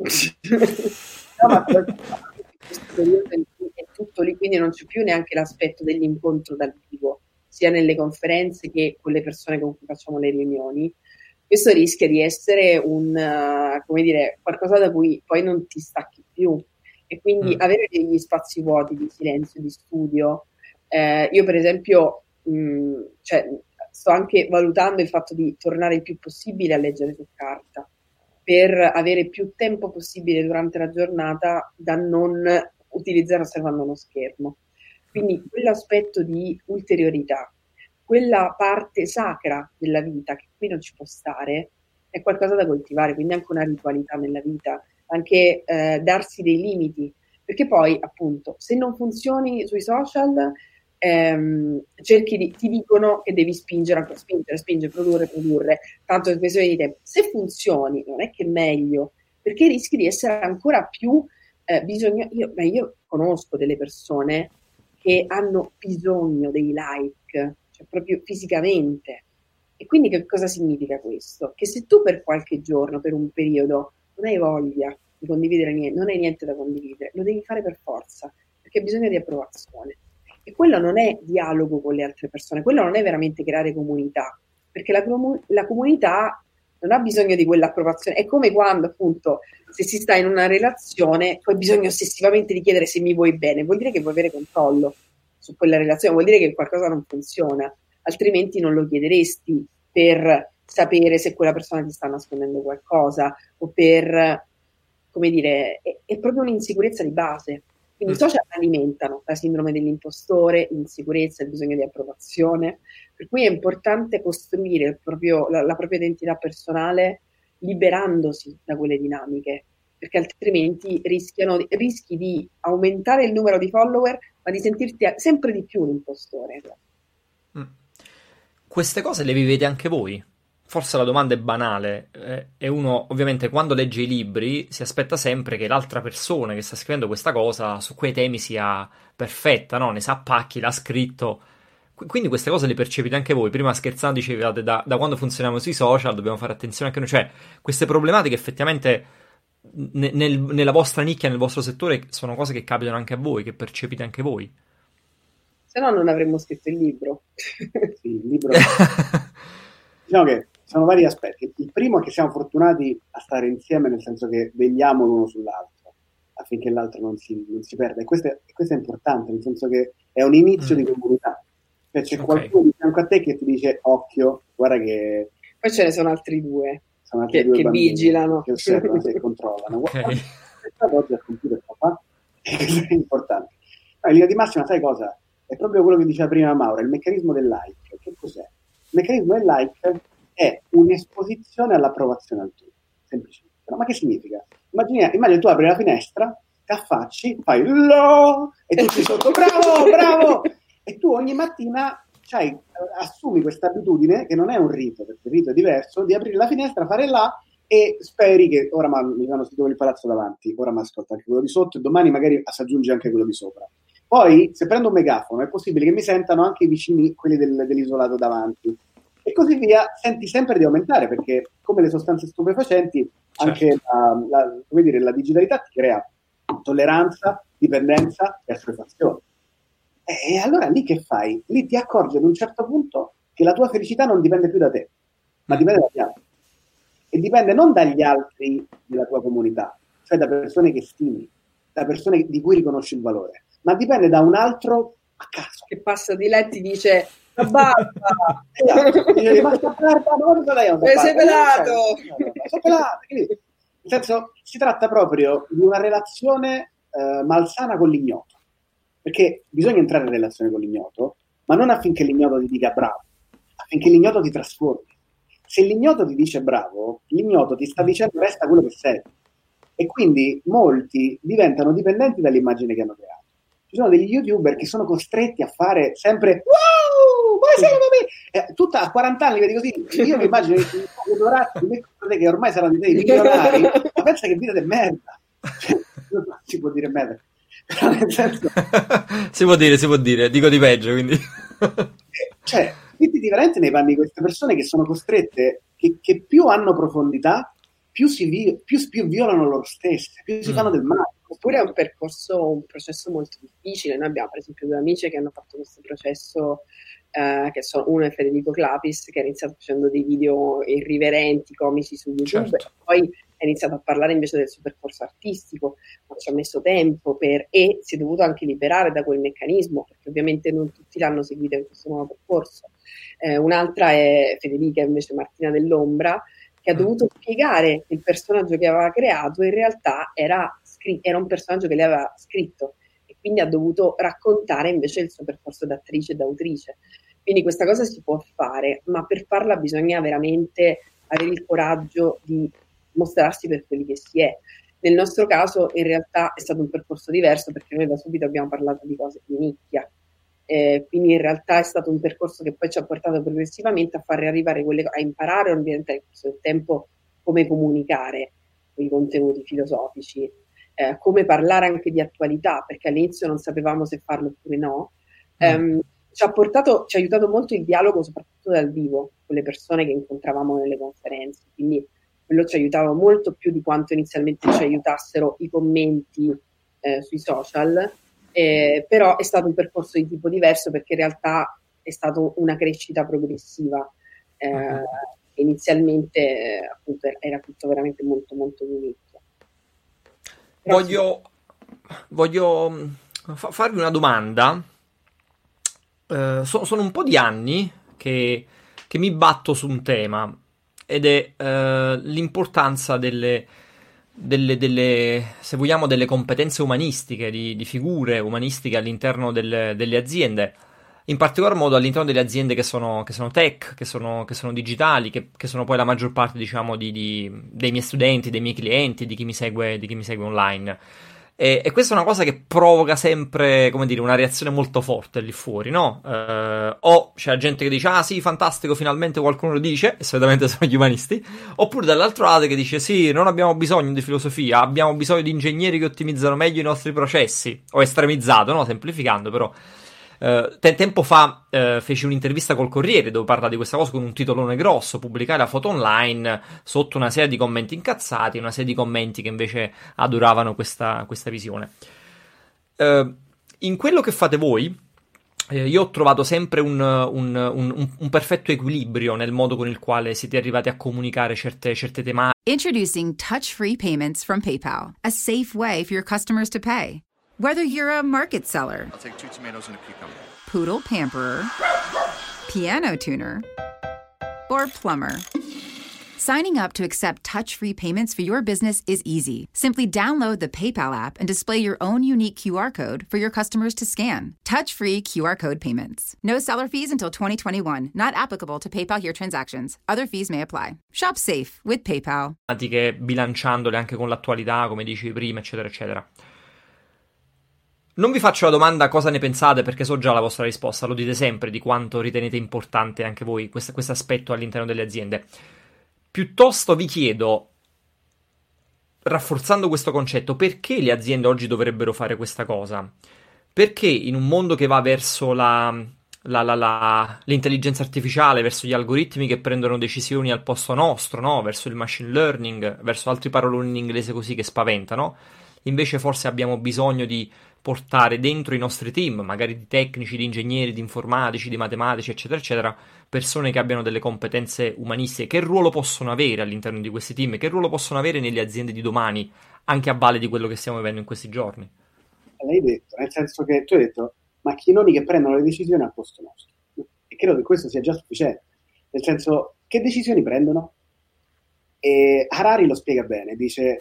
No, ma questo periodo è tutto lì, quindi non c'è più neanche l'aspetto dell'incontro dal vivo, sia nelle conferenze che con le persone con cui facciamo le riunioni. Questo rischia di essere un, uh, come dire, qualcosa da cui poi non ti stacchi più. E quindi mm. avere degli spazi vuoti di silenzio, di studio. Eh, io per esempio, mh, cioè, sto anche valutando il fatto di tornare il più possibile a leggere su carta, per avere più tempo possibile durante la giornata da non utilizzare osservando uno schermo. Quindi quell'aspetto di ulteriorità, quella parte sacra della vita che qui non ci può stare, è qualcosa da coltivare, quindi anche una ritualità nella vita, anche eh, darsi dei limiti, perché poi appunto se non funzioni sui social ehm, cerchi di, ti dicono che devi spingere, spingere, spingere, produrre, produrre, tanto in questione di tempo. Se funzioni non è che è meglio, perché rischi di essere ancora più eh, bisogno. Io, beh, io conosco delle persone che hanno bisogno dei like, cioè proprio fisicamente. E quindi che cosa significa questo? Che se tu per qualche giorno, per un periodo, non hai voglia di condividere niente, non hai niente da condividere, lo devi fare per forza, perché hai bisogno di approvazione. E quello non è dialogo con le altre persone, quello non è veramente creare comunità, perché la, comu- la comunità non ha bisogno di quell'approvazione. È come quando, appunto, se si sta in una relazione, tu hai bisogno ossessivamente di chiedere se mi vuoi bene, vuol dire che vuoi avere controllo su quella relazione, vuol dire che qualcosa non funziona, altrimenti non lo chiederesti per sapere se quella persona ti sta nascondendo qualcosa o per, come dire, è, è proprio un'insicurezza di base. Quindi i social alimentano la sindrome dell'impostore, l'insicurezza, il bisogno di approvazione, per cui è importante costruire il proprio, la, la propria identità personale liberandosi da quelle dinamiche, perché altrimenti rischiano, rischi di aumentare il numero di follower, ma di sentirti sempre di più un impostore. Mm. Queste cose le vivete anche voi? Forse la domanda è banale, eh, e uno ovviamente quando legge i libri si aspetta sempre che l'altra persona che sta scrivendo questa cosa su quei temi sia perfetta, no? Ne sa pacchi, l'ha scritto. Qu- quindi queste cose le percepite anche voi. Prima scherzando dicevate da, da quando funzioniamo sui social dobbiamo fare attenzione anche noi, cioè queste problematiche effettivamente ne, nel, nella vostra nicchia, nel vostro settore sono cose che capitano anche a voi, che percepite anche voi. Se no non avremmo scritto il libro. Sì, il libro diciamo che sono vari aspetti. Il primo è che siamo fortunati a stare insieme, nel senso che vegliamo l'uno sull'altro affinché l'altro non si, non si perda, e questo, è, e questo è importante, nel senso che è un inizio mm. di comunità, cioè c'è okay. qualcuno di fianco a te che ti dice occhio, guarda che poi ce ne sono altri due, sono altri che, due che vigilano, che osservano e controllano. Okay. Guarda, oggi al computer papà, e questo è importante. Ma in linea di massima, sai cosa? È proprio quello che diceva prima Maura, il meccanismo del like. Che cos'è? Il meccanismo del like è un'esposizione all'approvazione altrui, semplicemente. No, ma che significa? Immagina, immagina tu apri la finestra, ti affacci, fai lo e tutti sotto bravo, bravo, e tu ogni mattina cioè, assumi questa abitudine, che non è un rito, perché il rito è diverso, di aprire la finestra, fare là e speri che ora mi fanno sentire il palazzo davanti, ora mi ascolta anche quello di sotto e domani magari si aggiunge anche quello di sopra. Poi, se prendo un megafono, è possibile che mi sentano anche i vicini, quelli del, dell'isolato davanti. E così via, senti sempre di aumentare, perché come le sostanze stupefacenti, certo. anche la, la, come dire, la digitalità ti crea tolleranza, dipendenza e assuefazione. E, e allora lì che fai? Lì ti accorgi ad un certo punto che la tua felicità non dipende più da te, ma dipende dagli altri. E dipende non dagli altri della tua comunità, cioè da persone che stimi, da persone di cui riconosci il valore, ma dipende da un altro a caso. Che passa di là e ti dice la barba, ma sta barba, ma cosa lei eh, sei pelato, sei pelato. Nel senso, si tratta proprio di una relazione eh, malsana con l'ignoto, perché bisogna entrare in relazione con l'ignoto, ma non affinché l'ignoto ti dica bravo, affinché l'ignoto ti trasformi. Se l'ignoto ti dice bravo, l'ignoto ti sta dicendo resta quello che sei, e quindi molti diventano dipendenti dall'immagine che hanno creato. Ci sono degli youtuber che sono costretti a fare sempre wow, buonasera, eh, tutta a quaranta anni vedi così. Io mi immagino che, che ormai saranno dei milionari, ma pensa che vita di merda, cioè, non si può dire merda, però nel senso si può dire, si può dire, dico di peggio, quindi cioè mettiti veramente nei panni di queste persone che sono costrette, che, che più hanno profondità più si vi- più, più violano loro stesse, più si mm. fanno del male. Oppure è un percorso, un processo molto difficile. Noi abbiamo per esempio due amici che hanno fatto questo processo, eh, che sono, uno è Federico Clapis, che ha iniziato facendo dei video irriverenti, comici su YouTube, certo. E poi ha iniziato a parlare invece del suo percorso artistico, ma ci ha messo tempo per, e si è dovuto anche liberare da quel meccanismo, perché ovviamente non tutti l'hanno seguito in questo nuovo percorso. Eh, un'altra è Federica, invece Martina dell'Ombra, che ha dovuto spiegare che il personaggio che aveva creato in realtà era, scr- era un personaggio che lei aveva scritto, e quindi ha dovuto raccontare invece il suo percorso da attrice e da autrice. Quindi questa cosa si può fare, ma per farla bisogna veramente avere il coraggio di mostrarsi per quelli che si è. Nel nostro caso in realtà è stato un percorso diverso, perché noi da subito abbiamo parlato di cose di nicchia, eh, quindi in realtà è stato un percorso che poi ci ha portato progressivamente a far arrivare quelle, a imparare ovviamente nel corso del tempo come comunicare i contenuti filosofici, eh, come parlare anche di attualità, perché all'inizio non sapevamo se farlo oppure no. Mm. Um, ci ha portato, ci ha aiutato molto il dialogo, soprattutto dal vivo, con le persone che incontravamo nelle conferenze, quindi quello ci aiutava molto più di quanto inizialmente ci aiutassero i commenti eh, sui social, eh, però è stato un percorso di tipo diverso, perché in realtà è stata una crescita progressiva. Eh, uh-huh. Inizialmente eh, appunto era tutto veramente molto molto di nicchia. Voglio, voglio fa- farvi una domanda. Uh, so, sono un po' di anni che, che mi batto su un tema, ed è uh, l'importanza delle, delle, delle, se vogliamo, delle competenze umanistiche, di, di figure umanistiche all'interno delle, delle aziende, in particolar modo all'interno delle aziende che sono, che sono tech, che sono, che sono digitali, che, che sono poi la maggior parte, diciamo, di, di, dei miei studenti, dei miei clienti, di chi mi segue, di chi mi segue online. E, e questa è una cosa che provoca sempre, come dire, una reazione molto forte lì fuori, no? Eh, o c'è gente che dice, ah sì, fantastico, finalmente qualcuno lo dice, e solitamente sono gli umanisti, oppure dall'altro lato che dice, sì, non abbiamo bisogno di filosofia, abbiamo bisogno di ingegneri che ottimizzano meglio i nostri processi, o estremizzato, no? Semplificando, però. Uh, te- tempo fa uh, feci un'intervista col Corriere dove parla di questa cosa con un titolone grosso, pubblicai la foto online sotto una serie di commenti incazzati, una serie di commenti che invece adoravano questa, questa visione. Uh, in quello che fate voi, eh, io ho trovato sempre un, un, un, un perfetto equilibrio nel modo con il quale siete arrivati a comunicare certe, certe tematiche. Introducing touch-free payments from PayPal, a safe way for your customers to pay. Whether you're a market seller, I'll take two tomatoes and a cucumber. poodle pamperer, piano tuner, or plumber, signing up to accept touch-free payments for your business is easy. Simply download the PayPal app and display your own unique Q R code for your customers to scan. Touch-free Q R code payments. No seller fees until twenty twenty-one. Not applicable to PayPal here transactions. Other fees may apply. Shop safe with PayPal. Bilanciandole anche con l'attualità, come dicevi prima, eccetera, eccetera. Non vi faccio la domanda cosa ne pensate, perché so già la vostra risposta, lo dite sempre di quanto ritenete importante anche voi questo aspetto all'interno delle aziende. Piuttosto vi chiedo, rafforzando questo concetto, perché le aziende oggi dovrebbero fare questa cosa? Perché in un mondo che va verso la, la, la, la, l'intelligenza artificiale, verso gli algoritmi che prendono decisioni al posto nostro, no? Verso il machine learning, verso altri paroloni in inglese così che spaventano, invece forse abbiamo bisogno di portare dentro i nostri team, magari di tecnici, di ingegneri, di informatici, di matematici, eccetera, eccetera, persone che abbiano delle competenze umanistiche. Che ruolo possono avere all'interno di questi team? Che ruolo possono avere nelle aziende di domani, anche a valle di quello che stiamo vivendo in questi giorni? L'hai detto, nel senso che tu hai detto macchinoni che prendono le decisioni al posto nostro. E credo che questo sia già sufficiente. Nel senso, che decisioni prendono? E Harari lo spiega bene, dice,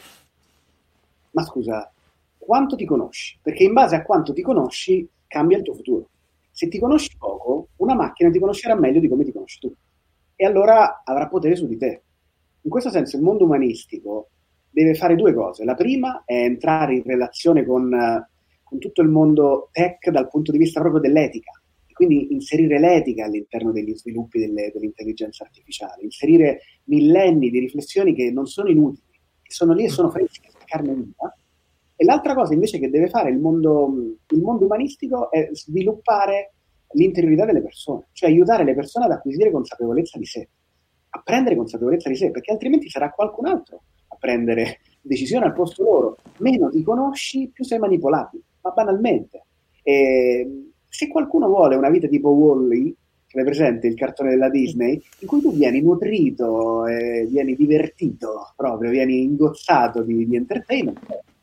ma scusa, quanto ti conosci? Perché in base a quanto ti conosci cambia il tuo futuro. Se ti conosci poco, una macchina ti conoscerà meglio di come ti conosci tu, e allora avrà potere su di te. In questo senso il mondo umanistico deve fare due cose. La prima è entrare in relazione con, con tutto il mondo tech dal punto di vista proprio dell'etica, e quindi inserire l'etica all'interno degli sviluppi delle, dell'intelligenza artificiale, inserire millenni di riflessioni che non sono inutili, che sono lì e sono fresche, carne viva. E l'altra cosa invece che deve fare il mondo, il mondo umanistico è sviluppare l'interiorità delle persone, cioè aiutare le persone ad acquisire consapevolezza di sé, a prendere consapevolezza di sé, perché altrimenti sarà qualcun altro a prendere decisioni al posto loro. Meno ti conosci, più sei manipolabile, ma banalmente. E se qualcuno vuole una vita tipo Wall-E, che è presente il cartone della Disney, in cui tu vieni nutrito, eh, vieni divertito proprio, vieni ingozzato di, di entertainment,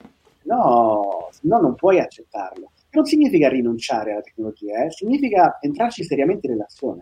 no, no, non puoi accettarlo. Non significa rinunciare alla tecnologia, eh? Significa entrarci seriamente in relazione.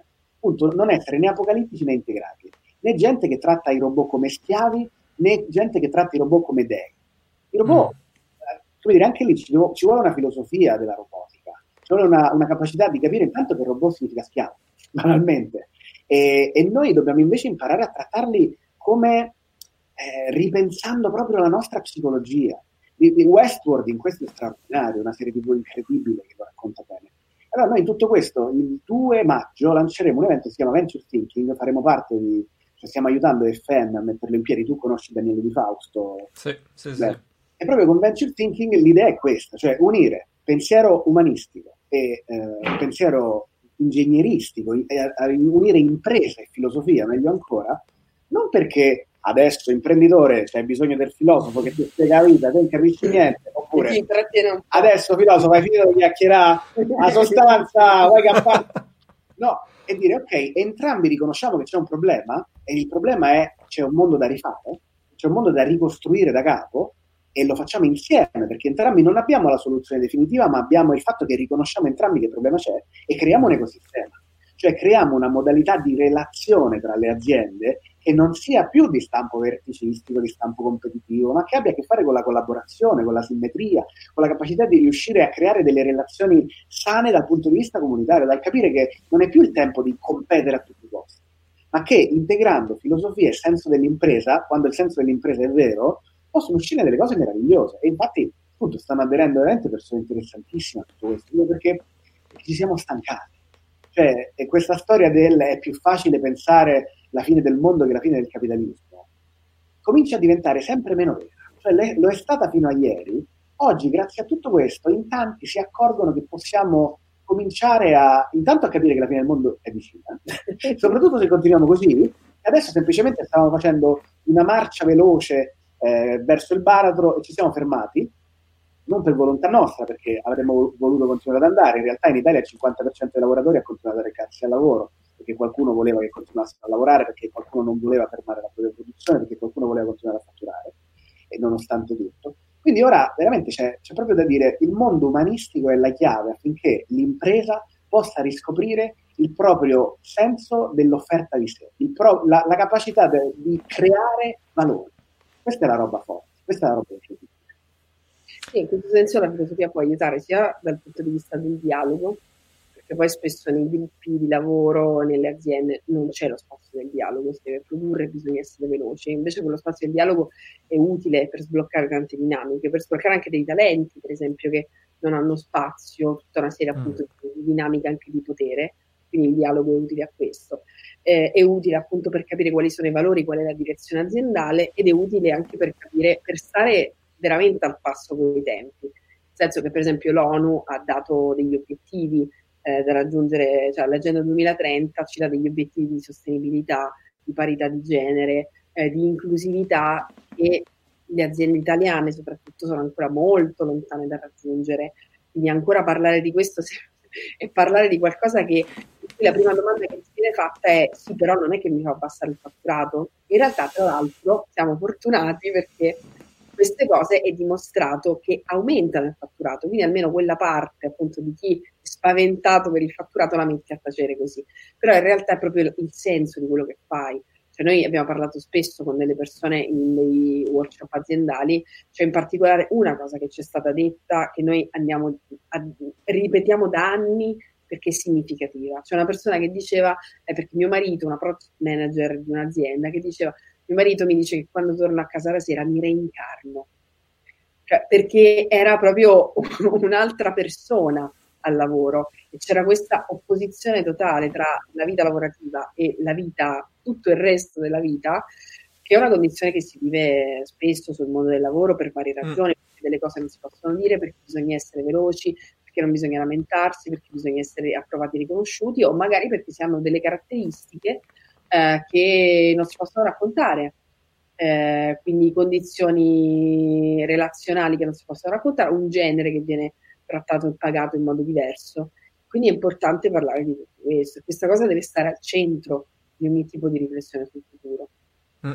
appunto non essere né apocalittici né integrati, né gente che tratta i robot come schiavi, né gente che tratta i robot come dei. I robot, mm. come dire, anche lì ci, ci vuole una filosofia della robotica, ci vuole una, una capacità di capire intanto che robot significa schiavo, banalmente, e, e noi dobbiamo invece imparare a trattarli come eh, ripensando proprio la nostra psicologia. Di, di Westworld in questo è straordinario, una serie tivù incredibile che lo racconta bene. Allora noi in tutto questo, il due maggio lanceremo un evento che si chiama Venture Thinking, faremo parte di, cioè stiamo aiutando F M a metterlo in piedi, tu conosci Daniele Di Fausto? Sì, sì, sì. E proprio con Venture Thinking l'idea è questa, cioè unire pensiero umanistico e eh, pensiero ingegneristico, e, a, unire impresa e filosofia, meglio ancora, non perché adesso imprenditore c'hai bisogno del filosofo che ti spiega la vita, te non capisci niente, oppure adesso filosofo hai finito di chiacchierare la sostanza, vuoi campare? No, e dire ok, entrambi riconosciamo che c'è un problema e il problema è c'è un mondo da rifare, c'è un mondo da ricostruire da capo e lo facciamo insieme perché entrambi non abbiamo la soluzione definitiva, ma abbiamo il fatto che riconosciamo entrambi che il problema c'è e creiamo un ecosistema, cioè creiamo una modalità di relazione tra le aziende che non sia più di stampo verticistico, di stampo competitivo, ma che abbia a che fare con la collaborazione, con la simmetria, con la capacità di riuscire a creare delle relazioni sane dal punto di vista comunitario, dal capire che non è più il tempo di competere a tutti i costi, ma che integrando filosofia e senso dell'impresa, quando il senso dell'impresa è vero, possono uscire delle cose meravigliose. E infatti, appunto, stanno aderendo veramente persone interessantissime a tutto questo, perché, perché ci siamo stancati. Cioè, è questa storia del è più facile pensare la fine del mondo che la fine del capitalismo comincia a diventare sempre meno vera. Cioè, le, lo è stata fino a ieri. Oggi, grazie a tutto questo, in tanti si accorgono che possiamo cominciare a intanto a capire che la fine del mondo è vicina, soprattutto se continuiamo così. Adesso semplicemente stavamo facendo una marcia veloce eh, verso il baratro e ci siamo fermati, non per volontà nostra, perché avremmo voluto continuare ad andare. In realtà in Italia il cinquanta per cento dei lavoratori ha continuato a recarsi al lavoro, perché qualcuno voleva che continuassero a lavorare, perché qualcuno non voleva fermare la propria produzione, perché qualcuno voleva continuare a fatturare, e nonostante tutto. Quindi ora veramente c'è, c'è proprio da dire il mondo umanistico è la chiave affinché l'impresa possa riscoprire il proprio senso dell'offerta di sé, il pro, la, la capacità de, di creare valore. Questa è la roba forte, questa è la roba incredibile. Sì, in questo senso la filosofia può aiutare sia dal punto di vista del dialogo, perché poi spesso nei gruppi di lavoro, nelle aziende, non c'è lo spazio del dialogo, si deve produrre, bisogna essere veloci. Invece quello spazio del dialogo è utile per sbloccare tante dinamiche, per sbloccare anche dei talenti, per esempio, che non hanno spazio, tutta una serie appunto mm. di dinamiche anche di potere, quindi il dialogo è utile a questo. Eh, è utile appunto per capire quali sono i valori, qual è la direzione aziendale, ed è utile anche per capire, per stare veramente al passo con i tempi, nel senso che per esempio l'ONU ha dato degli obiettivi eh, da raggiungere, cioè l'agenda duemilatrenta ci dà degli obiettivi di sostenibilità, di parità di genere, eh, di inclusività, e le aziende italiane soprattutto sono ancora molto lontane da raggiungere, quindi ancora parlare di questo è parlare di qualcosa che la prima domanda che ti viene fatta è sì, però non è che mi fa abbassare il fatturato. In realtà, tra l'altro, siamo fortunati perché queste cose è dimostrato che aumentano il fatturato, quindi almeno quella parte appunto di chi è spaventato per il fatturato la metti a tacere così, però in realtà è proprio il senso di quello che fai. Cioè noi abbiamo parlato spesso con delle persone in dei workshop aziendali, cioè in particolare una cosa che ci è stata detta, che noi andiamo a, ripetiamo da anni perché è significativa. C'è una persona che diceva, eh, perché mio marito, una project manager di un'azienda, che diceva mio marito mi dice che quando torno a casa la sera mi reincarno, cioè, perché era proprio un'altra persona al lavoro e c'era questa opposizione totale tra la vita lavorativa e la vita, tutto il resto della vita, che è una condizione che si vive spesso sul mondo del lavoro per varie ragioni, mm. perché delle cose non si possono dire, perché bisogna essere veloci, perché non bisogna lamentarsi, perché bisogna essere approvati e riconosciuti, o magari perché si hanno delle caratteristiche Eh, che non si possono raccontare, eh, quindi condizioni relazionali che non si possono raccontare, un genere che viene trattato e pagato in modo diverso, quindi è importante parlare di tutto questo. Questa cosa deve stare al centro di ogni tipo di riflessione sul futuro. Mm.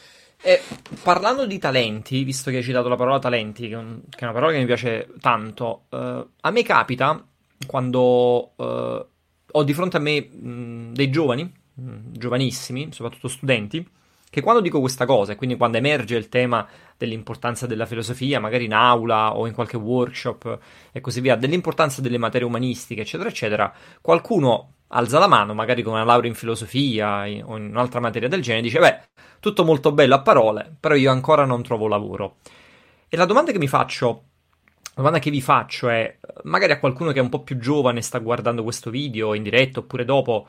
E parlando di talenti, visto che hai citato la parola talenti, che è, un, che è una parola che mi piace tanto, eh, a me capita quando eh, ho di fronte a me mh, dei giovani, mh, giovanissimi, soprattutto studenti, che quando dico questa cosa, e quindi quando emerge il tema dell'importanza della filosofia, magari in aula o in qualche workshop e così via, dell'importanza delle materie umanistiche, eccetera, eccetera, qualcuno alza la mano, magari con una laurea in filosofia in, o in un'altra materia del genere, dice, beh, tutto molto bello a parole, però io ancora non trovo lavoro. E la domanda che mi faccio, la domanda che vi faccio è, magari a qualcuno che è un po' più giovane, sta guardando questo video in diretta oppure dopo,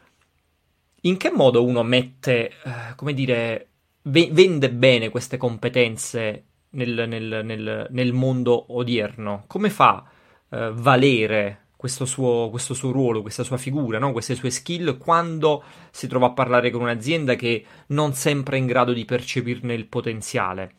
in che modo uno mette, eh, come dire, ve- vende bene queste competenze nel, nel, nel, nel mondo odierno? Come fa eh, valere questo suo, questo suo ruolo, questa sua figura, no? Queste sue skill quando si trova a parlare con un'azienda che non sempre è in grado di percepirne il potenziale?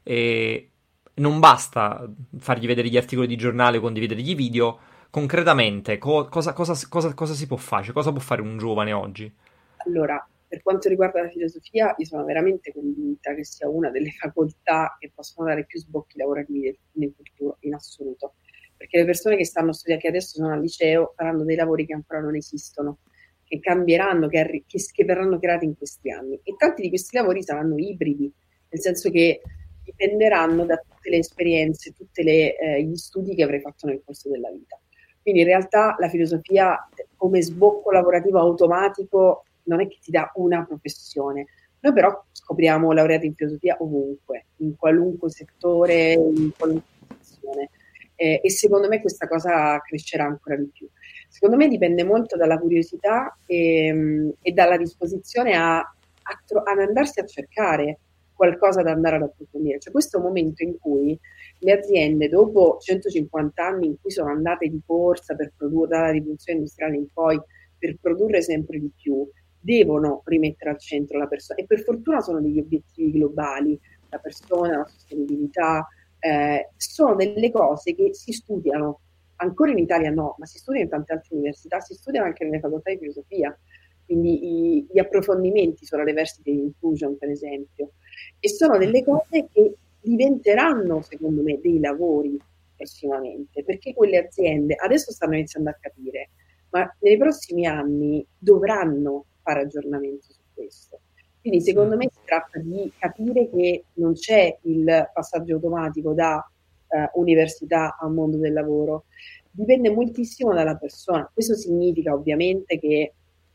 E non basta fargli vedere gli articoli di giornale o condividergli i video. Concretamente, co- cosa, cosa, cosa, cosa si può fare? Cioè, cosa può fare un giovane oggi? Allora, per quanto riguarda la filosofia, io sono veramente convinta che sia una delle facoltà che possono dare più sbocchi lavorativi nel futuro, in assoluto. Perché le persone che stanno studiando, che adesso sono al liceo, faranno dei lavori che ancora non esistono, che cambieranno, che, arri- che, che verranno creati in questi anni. E tanti di questi lavori saranno ibridi, nel senso che dipenderanno da tutte le esperienze, tutti eh, gli studi che avrai fatto nel corso della vita. Quindi in realtà la filosofia come sbocco lavorativo automatico non è che ti dà una professione. Noi però scopriamo laureati in filosofia ovunque, in qualunque settore, in qualunque professione. Eh, e secondo me questa cosa crescerà ancora di più. Secondo me dipende molto dalla curiosità e, e dalla disposizione a, a tro- ad andarsi a cercare qualcosa da andare ad approfondire. Cioè questo è un momento in cui le aziende, dopo centocinquanta anni in cui sono andate di corsa per produrre, dalla rivoluzione industriale in poi, per produrre sempre di più, devono rimettere al centro la persona, e per fortuna sono degli obiettivi globali, la persona, la sostenibilità, eh, sono delle cose che si studiano, ancora in Italia no, ma si studiano in tante altre università, si studiano anche nelle facoltà di filosofia, quindi i, gli approfondimenti sulla diversity and inclusion per esempio, e sono delle cose che diventeranno secondo me dei lavori prossimamente, perché quelle aziende adesso stanno iniziando a capire, ma nei prossimi anni dovranno fare aggiornamento su questo. Quindi secondo me si tratta di capire che non c'è il passaggio automatico da eh, università al mondo del lavoro, dipende moltissimo dalla persona. Questo significa ovviamente che,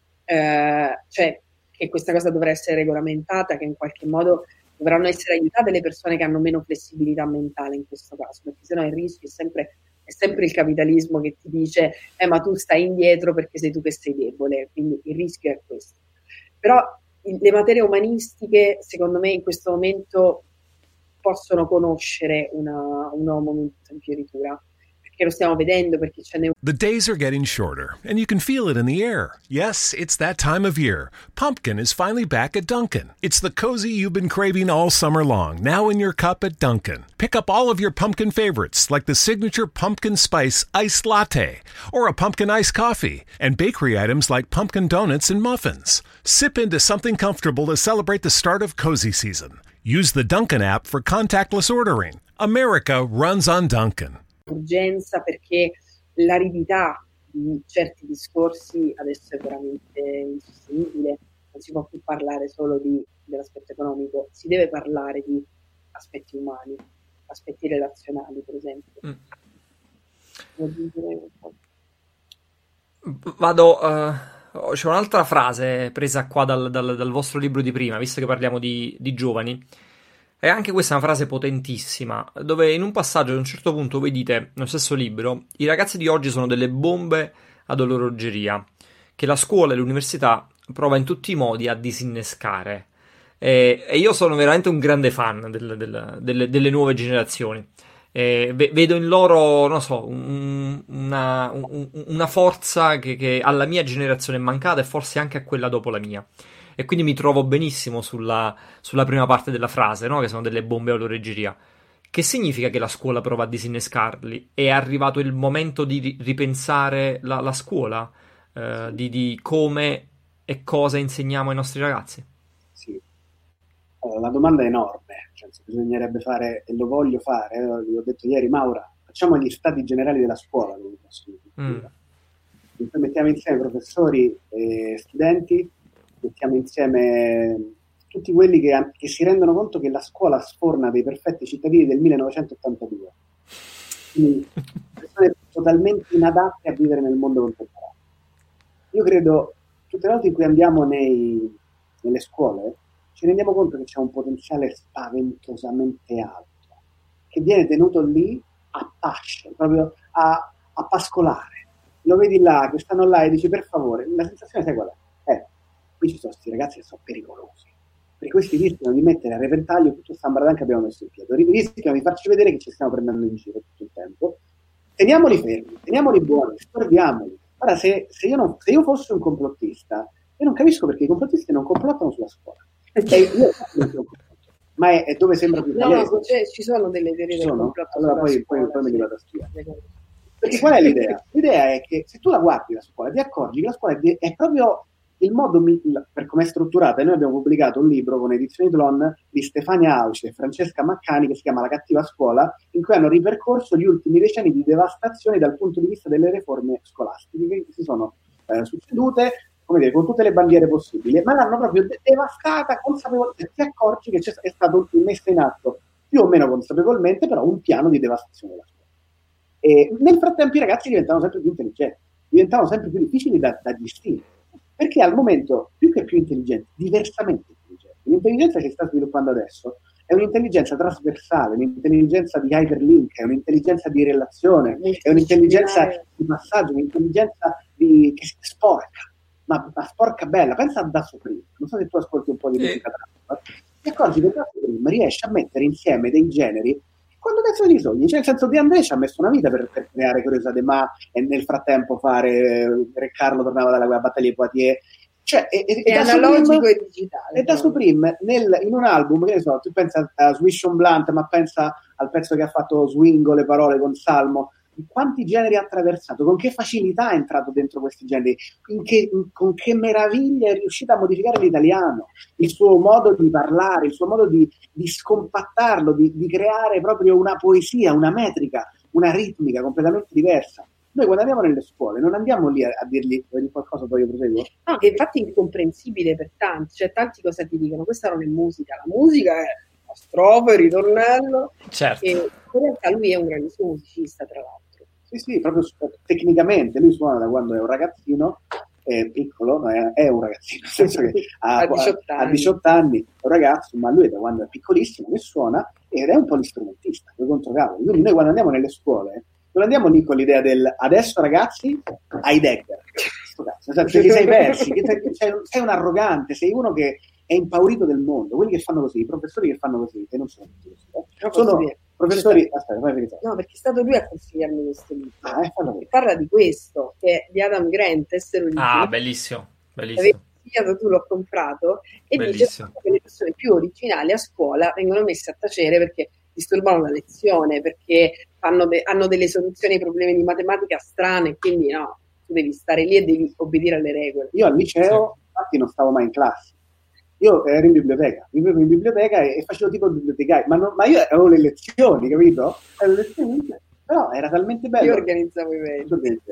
eh, cioè, che questa cosa dovrà essere regolamentata, che in qualche modo dovranno essere aiutate le persone che hanno meno flessibilità mentale in questo caso, perché sennò il rischio è sempre è sempre il capitalismo che ti dice eh, ma tu stai indietro perché sei tu che sei debole, quindi il rischio è questo. Però il, le materie umanistiche secondo me in questo momento possono conoscere una, un nuovo momento di fioritura, perché lo stiamo vedendo, perché ce n'è. The days are getting shorter, and you can feel it in the air. Yes, it's that time of year. Pumpkin is finally back at Dunkin'. It's the cozy you've been craving all summer long, now in your cup at Dunkin'. Pick up all of your pumpkin favorites, like the signature pumpkin spice iced latte, or a pumpkin iced coffee, and bakery items like pumpkin donuts and muffins. Sip into something comfortable to celebrate the start of cozy season. Use the Dunkin' app for contactless ordering. America runs on Dunkin'. Urgenza, perché l'aridità di certi discorsi adesso è veramente insostenibile, non si può più parlare solo di, dell'aspetto economico, si deve parlare di aspetti umani, aspetti relazionali per esempio. Mm. Vado, uh, c'è un'altra frase presa qua dal, dal, dal vostro libro di prima, visto che parliamo di, di giovani. E anche questa è una frase potentissima, dove in un passaggio, ad un certo punto, voi dite, nello stesso libro, i ragazzi di oggi sono delle bombe ad orologeria, che la scuola e l'università prova in tutti i modi a disinnescare. E, e io sono veramente un grande fan del, del, delle, delle nuove generazioni. E vedo in loro, non so, un, una, un, una forza che, che alla mia generazione è mancata e forse anche a quella dopo la mia. E quindi mi trovo benissimo sulla, sulla prima parte della frase, no? Che sono delle bombe all'orologeria. Che significa che la scuola prova a disinnescarli? È arrivato il momento di ripensare la, la scuola? Eh, di, di come e cosa insegniamo ai nostri ragazzi? Sì. Allora, la domanda è enorme. Cioè, se bisognerebbe fare, e lo voglio fare, eh, vi ho detto ieri, Maura, facciamo gli stati generali della scuola. Mm. mettiamo insieme professori e studenti, mettiamo insieme tutti quelli che, che si rendono conto che la scuola sforna dei perfetti cittadini del millenovecentottantadue. Quindi persone totalmente inadatte a vivere nel mondo contemporaneo. Io credo, tutte le volte in cui andiamo nei, nelle scuole, ci rendiamo conto che c'è un potenziale spaventosamente alto, che viene tenuto lì a pasce, proprio a, a pascolare. Lo vedi là, che stanno là e dici per favore, la sensazione sai qual è? Eh, qui ci sono questi ragazzi che sono pericolosi, perché questi rischiano di mettere a repentaglio tutto il Sambradan che abbiamo messo in piedi, rischiano di farci vedere che ci stiamo prendendo in giro tutto il tempo. Teniamoli fermi, teniamoli buoni, scordiamoli. Ora, se, se, io non, se io fossi un complottista, io non capisco perché i complottisti non complottano sulla scuola. E io, ma è, è dove sembra più no, no, ci sono delle teorie del complotto. Allora poi, poi, poi me li vado a studiare. Perché qual è l'idea? L'idea è che se tu la guardi la scuola, ti accorgi che la scuola è, è proprio il modo mi, per come è strutturata. E noi abbiamo pubblicato un libro con Edizioni Tlon di Stefania Auci e Francesca Maccani che si chiama La cattiva scuola, in cui hanno ripercorso gli ultimi decenni di devastazione dal punto di vista delle riforme scolastiche che si sono eh, succedute, come dire, con tutte le bandiere possibili, ma l'hanno proprio de- devastata consapevolmente. Ti accorgi che c'è, è stato messo in atto più o meno consapevolmente, però un piano di devastazione della scuola. E nel frattempo i ragazzi diventavano sempre più intelligenti, diventavano sempre più difficili da, da gestire, perché al momento più che più intelligenti, diversamente intelligenti. L'intelligenza che si sta sviluppando adesso è un'intelligenza trasversale, un'intelligenza di hyperlink, è un'intelligenza di relazione, è un'intelligenza di passaggio, un'intelligenza di, che si sporca, ma, ma sporca bella. Pensa a Da Supreme, non so se tu ascolti un po' di musica trap, ti accorgi che Da Supreme riesce a mettere insieme dei generi quando adesso li sogni, cioè nel senso De André ci ha messo una vita per, per creare Curiosa de Ma e nel frattempo fare eh, Re Carlo tornava dalla battaglia di Poitiers, cioè è, è, è analogico Supreme, e digitale. E Da Supreme nel, in un album, che ne so, tu pensa a Swish on Blunt, ma pensa al pezzo che ha fatto Swingo, le parole con Salmo, quanti generi ha attraversato, con che facilità è entrato dentro questi generi, in che, in, con che meraviglia è riuscito a modificare l'italiano, il suo modo di parlare, il suo modo di, di scompattarlo, di, di creare proprio una poesia, una metrica, una ritmica completamente diversa. Noi quando andiamo nelle scuole non andiamo lì a, a dirgli di qualcosa, poi io proseguo? No, che infatti è incomprensibile per tanti, cioè tanti cosa ti dicono, questa non è musica, la musica è la strofa, il ritornello, certo. E in realtà lui è un grandissimo musicista, tra l'altro. Sì, sì, proprio tecnicamente, lui suona da quando è un ragazzino, è piccolo, no, è, è un ragazzino, nel senso che ha, a, diciotto ha diciotto anni, è un ragazzo, ma lui da quando è piccolissimo che suona ed è un polistrumentista, poi controcavolo. Quindi noi quando andiamo nelle scuole, non andiamo lì con l'idea del adesso ragazzi, Heidegger, cioè, ti sei persi, sei, sei un arrogante, sei uno che è impaurito del mondo, quelli che fanno così, i professori che fanno così, che non sono tutti così, eh, sono professori, aspetta, vai a no, perché è stato lui a consigliarmi questo libro, ah, eh, parla di questo, che è di Adam Grant, Essere origini. Ah, bellissimo, bellissimo. L'avevi consigliato, tu l'ho comprato, e bellissimo. Dice che le persone più originali a scuola vengono messe a tacere perché disturbano la lezione, perché fanno de- hanno delle soluzioni ai problemi di matematica strane, quindi no, tu devi stare lì e devi obbedire alle regole. Io al liceo, sì. infatti, non stavo mai in classe. Io ero in biblioteca, vivevo in biblioteca e, e facevo tipo il bibliotecario, ma, non, ma io avevo le lezioni, capito? Avevo le lezioni, però era talmente bello. Io organizzavo i eventi.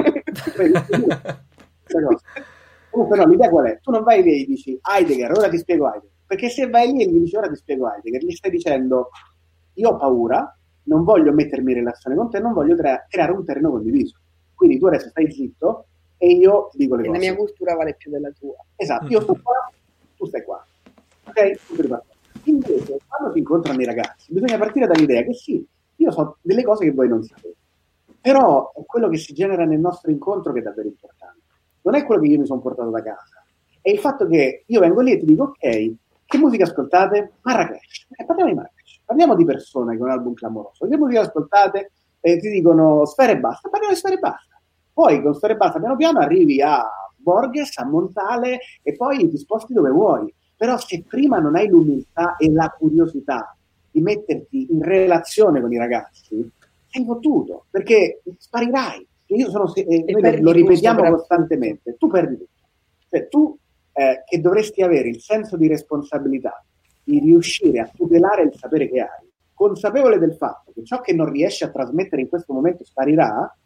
Comunque no, l'idea qual è? Tu non vai lì e dici Heidegger, ora ti spiego Heidegger, perché se vai lì e gli dici ora ti spiego Heidegger, gli stai dicendo io ho paura, non voglio mettermi in relazione con te, non voglio crea- creare un terreno condiviso. Quindi tu adesso stai zitto e io ti dico le e cose. La mia cultura vale più della tua. Esatto, io sto qua, tu stai qua. Ok? Invece, quando si incontrano i ragazzi, bisogna partire dall'idea che sì, io so delle cose che voi non sapete, però è quello che si genera nel nostro incontro che è davvero importante. Non è quello che io mi sono portato da casa, è il fatto che io vengo lì e ti dico ok, che musica ascoltate? Marrakesh. Eh, parliamo di Marrakesh, parliamo di Persone, che è un album clamoroso. Che musica ascoltate? Eh, ti dicono Sfera e Basta, parliamo di Sfera e Basta. Poi con Sfera e Basta piano piano arrivi a Borges, a Montale e poi ti sposti dove vuoi. Però se prima non hai l'umiltà e la curiosità di metterti in relazione con i ragazzi, sei fottuto, perché sparirai. Io sono, eh, noi lo, lo ripetiamo costantemente, tu perdi tutto. Cioè tu eh, che dovresti avere il senso di responsabilità di riuscire a tutelare il sapere che hai, consapevole del fatto che ciò che non riesci a trasmettere in questo momento sparirà,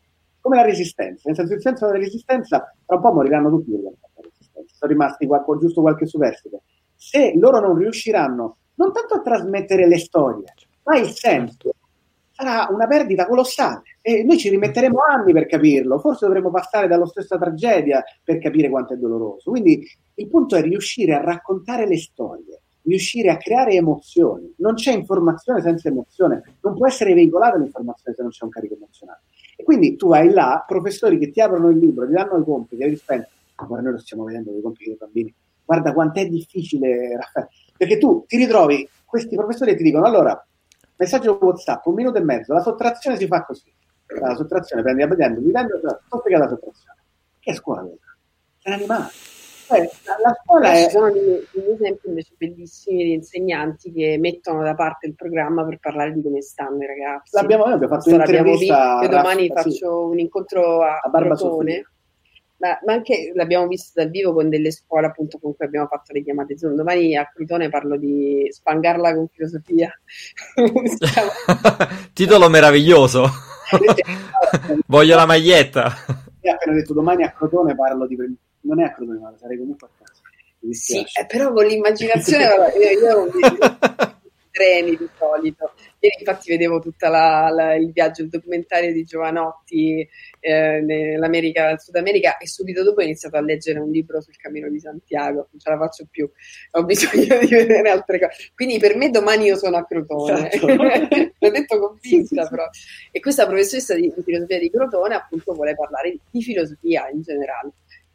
come la resistenza, nel senso il senso della resistenza, tra un po' moriranno tutti quelli che hanno fatto la resistenza, sono rimasti qualche, giusto qualche superstite. Se loro non riusciranno non tanto a trasmettere le storie, ma il senso, sarà una perdita colossale e noi ci rimetteremo anni per capirlo, forse dovremo passare dalla stessa tragedia per capire quanto è doloroso. Quindi il punto è riuscire a raccontare le storie, riuscire a creare emozioni. Non c'è informazione senza emozione, non può essere veicolata l'informazione se non c'è un carico emozionale. E quindi tu vai là, professori che ti aprono il libro, ti danno i compiti, e rispendi, ah, guarda, noi lo stiamo vedendo dei compiti dei bambini, guarda quanto è difficile, Raffaele, perché tu ti ritrovi questi professori e ti dicono, allora, messaggio WhatsApp, un minuto e mezzo, la sottrazione si fa così, la sottrazione prendi la vedendo, vivendo, sto spiegando la sottrazione. Che è scuola questa? È un animale. Eh, la, la scuola Ci è... sono degli, degli esempi invece bellissimi di insegnanti che mettono da parte il programma per parlare di come stanno i ragazzi. L'abbiamo, noi abbiamo fatto Questo l'abbiamo un'intervista. visto. Io domani Raffa, faccio sì, un incontro a, a Barba Crotone, Sofia. ma, ma anche l'abbiamo visto dal vivo con delle scuole appunto con cui abbiamo fatto le chiamate Zoom. Domani a Crotone parlo di spangarla con filosofia. Titolo meraviglioso. Voglio la maglietta. E appena detto domani a Crotone parlo di... Non è a Crotone, ma sarei comunque a casa. Sì, eh, però con l'immaginazione io, io ho treni di solito. Ieri infatti vedevo tutta la, la, il viaggio, il documentario di Giovanotti eh, nell'America, nel Sud America, e subito dopo ho iniziato a leggere un libro sul Cammino di Santiago, non ce la faccio più, ho bisogno di vedere altre cose. Quindi per me domani io sono a Crotone, esatto. L'ho detto convinta, sì, sì, però. Sì. E questa professoressa di, di filosofia di Crotone appunto vuole parlare di, di filosofia in generale.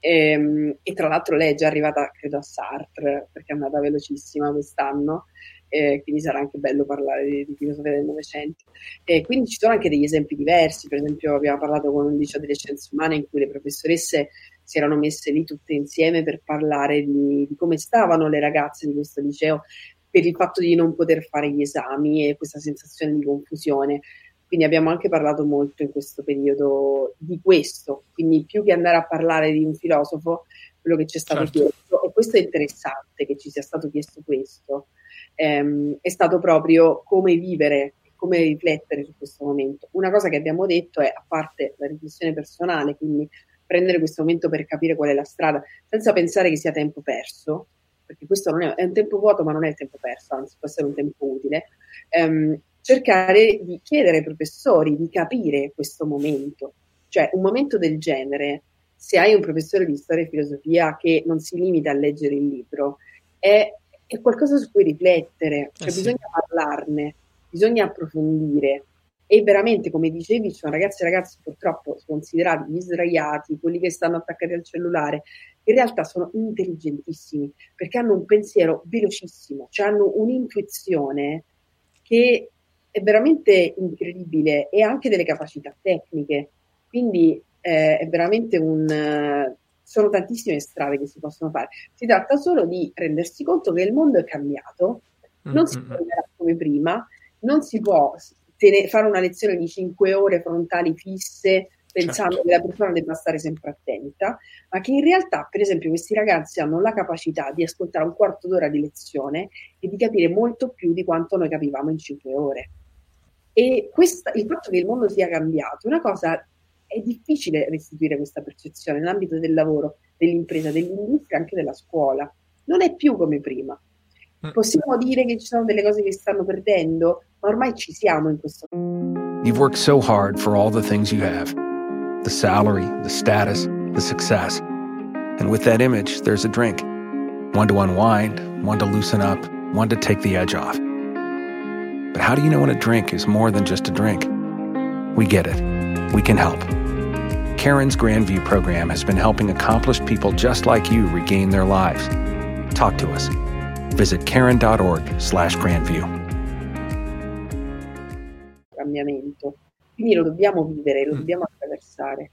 E, e tra l'altro lei è già arrivata credo a Sartre perché è andata velocissima quest'anno, e quindi sarà anche bello parlare di, di filosofia del Novecento. E quindi ci sono anche degli esempi diversi, per esempio abbiamo parlato con un liceo delle scienze umane in cui le professoresse si erano messe lì tutte insieme per parlare di, di come stavano le ragazze di questo liceo per il fatto di non poter fare gli esami e questa sensazione di confusione. Quindi abbiamo anche parlato molto in questo periodo di questo, quindi più che andare a parlare di un filosofo, quello che ci è stato certo. chiesto, e questo è interessante che ci sia stato chiesto questo, ehm, è stato proprio come vivere, come riflettere su questo momento. Una cosa che abbiamo detto è, a parte la riflessione personale, quindi prendere questo momento per capire qual è la strada, senza pensare che sia tempo perso, perché questo non è, è un tempo vuoto, ma non è tempo perso, anzi può essere un tempo utile, ehm, cercare di chiedere ai professori di capire questo momento, cioè un momento del genere, se hai un professore di storia e filosofia che non si limita a leggere il libro, è, è qualcosa su cui riflettere, cioè eh sì. bisogna parlarne, bisogna approfondire, e veramente, come dicevi, ci sono ragazzi e ragazzi purtroppo considerati gli sdraiati, quelli che stanno attaccati al cellulare, in realtà sono intelligentissimi, perché hanno un pensiero velocissimo, cioè hanno un'intuizione che è veramente incredibile, e anche delle capacità tecniche, quindi eh, è veramente un uh, sono tantissime strade che si possono fare. Si tratta solo di rendersi conto che il mondo è cambiato, non mm-hmm. si può andare come prima, non si può tene- fare una lezione di cinque ore frontali fisse pensando certo. che la persona debba stare sempre attenta, ma che in realtà, per esempio, questi ragazzi hanno la capacità di ascoltare un quarto d'ora di lezione e di capire molto più di quanto noi capivamo in cinque ore. E questa, il fatto che il mondo sia cambiato, una cosa, è difficile restituire questa percezione nell'ambito del lavoro, dell'impresa, dell'industria, anche della scuola. Non è più come prima. Possiamo dire che ci sono delle cose che stanno perdendo, ma ormai ci siamo in questo. You've worked so hard for all the things you have. The salary, the status, the success. And with that image, there's a drink. One to unwind, one to loosen up, one to take the edge off. But how do you know when a drink is more than just a drink? We get it. We can help. Karen's Grandview program has been helping accomplished people just like you regain their lives. Talk to us. Visit karen.org slash Grandview. Cambiamento. Quindi lo dobbiamo vivere, lo dobbiamo attraversare.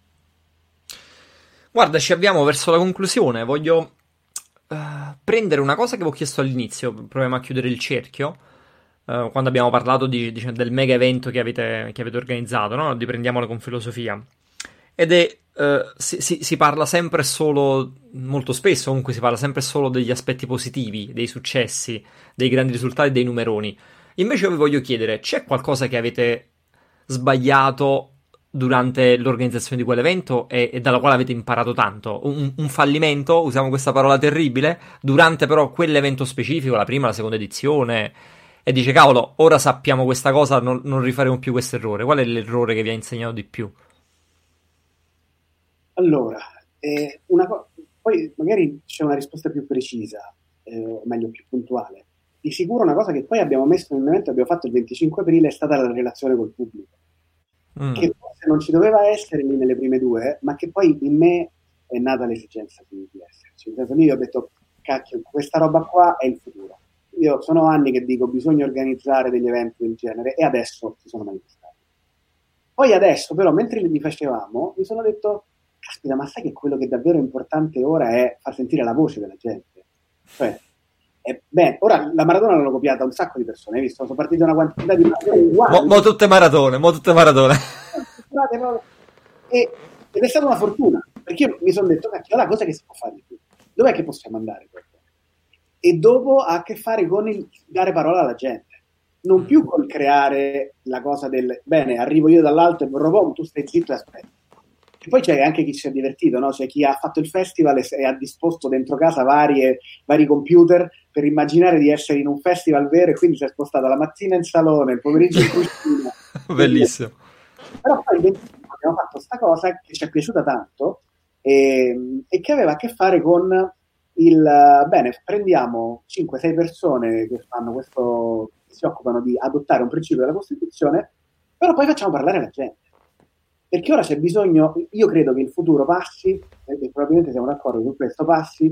Guarda, ci avviamo verso la conclusione. Voglio uh, prendere una cosa che vi ho chiesto all'inizio, proviamo a chiudere il cerchio. Uh, quando abbiamo parlato di, di, del mega evento che avete, che avete organizzato, no? Di Prendiamolo con Filosofia. Ed è, uh, si, si, si parla sempre solo, molto spesso comunque si parla sempre solo degli aspetti positivi, dei successi, dei grandi risultati, dei numeroni. Invece io vi voglio chiedere, c'è qualcosa che avete sbagliato durante l'organizzazione di quell'evento e, e dalla quale avete imparato tanto? Un, un fallimento, usiamo questa parola terribile, durante però quell'evento specifico, la prima, la seconda edizione, e dice cavolo, ora sappiamo questa cosa, non, non rifaremo più questo errore. Qual è l'errore che vi ha insegnato di più? Allora, eh, una co- poi magari c'è una risposta più precisa, eh, o meglio più puntuale. Di sicuro una cosa che poi abbiamo messo nell'evento, abbiamo fatto il venticinque aprile, è stata la relazione col pubblico, mm. che forse non ci doveva essere lì nelle prime due, ma che poi in me è nata l'esigenza di, di esserci. Nel senso, io ho detto, cacchio, questa roba qua è il futuro. Io sono anni che dico bisogna organizzare degli eventi del genere e adesso si sono manifestati. Poi adesso però, mentre li facevamo, mi sono detto, caspita, ma sai che quello che davvero è importante ora è far sentire la voce della gente? Cioè, è, beh, ora la maratona l'hanno copiata un sacco di persone, hai visto? Sono partite una quantità di maratone uguali. Mo, mo tutte maratone, mo tutte maratone. E, ed è stata una fortuna, perché io mi sono detto, cacchio, la cosa che si può fare di più? Dov'è che possiamo andare? E dopo ha a che fare con il dare parola alla gente, non più col creare la cosa del bene, arrivo io dall'alto e vorrò, tu stai zitto e aspetti. E poi c'è anche chi si è divertito, no? C'è chi ha fatto il festival e ha disposto dentro casa varie, vari computer per immaginare di essere in un festival vero, e quindi si è spostato la mattina in salone, il pomeriggio in cucina. Bellissimo. Però poi abbiamo fatto sta cosa che ci è piaciuta tanto e, e che aveva a che fare con il bene, prendiamo cinque sei persone che fanno questo, che si occupano di adottare un principio della Costituzione, però poi facciamo parlare la gente. Perché ora c'è bisogno, io credo che il futuro passi, e probabilmente siamo d'accordo su questo, passi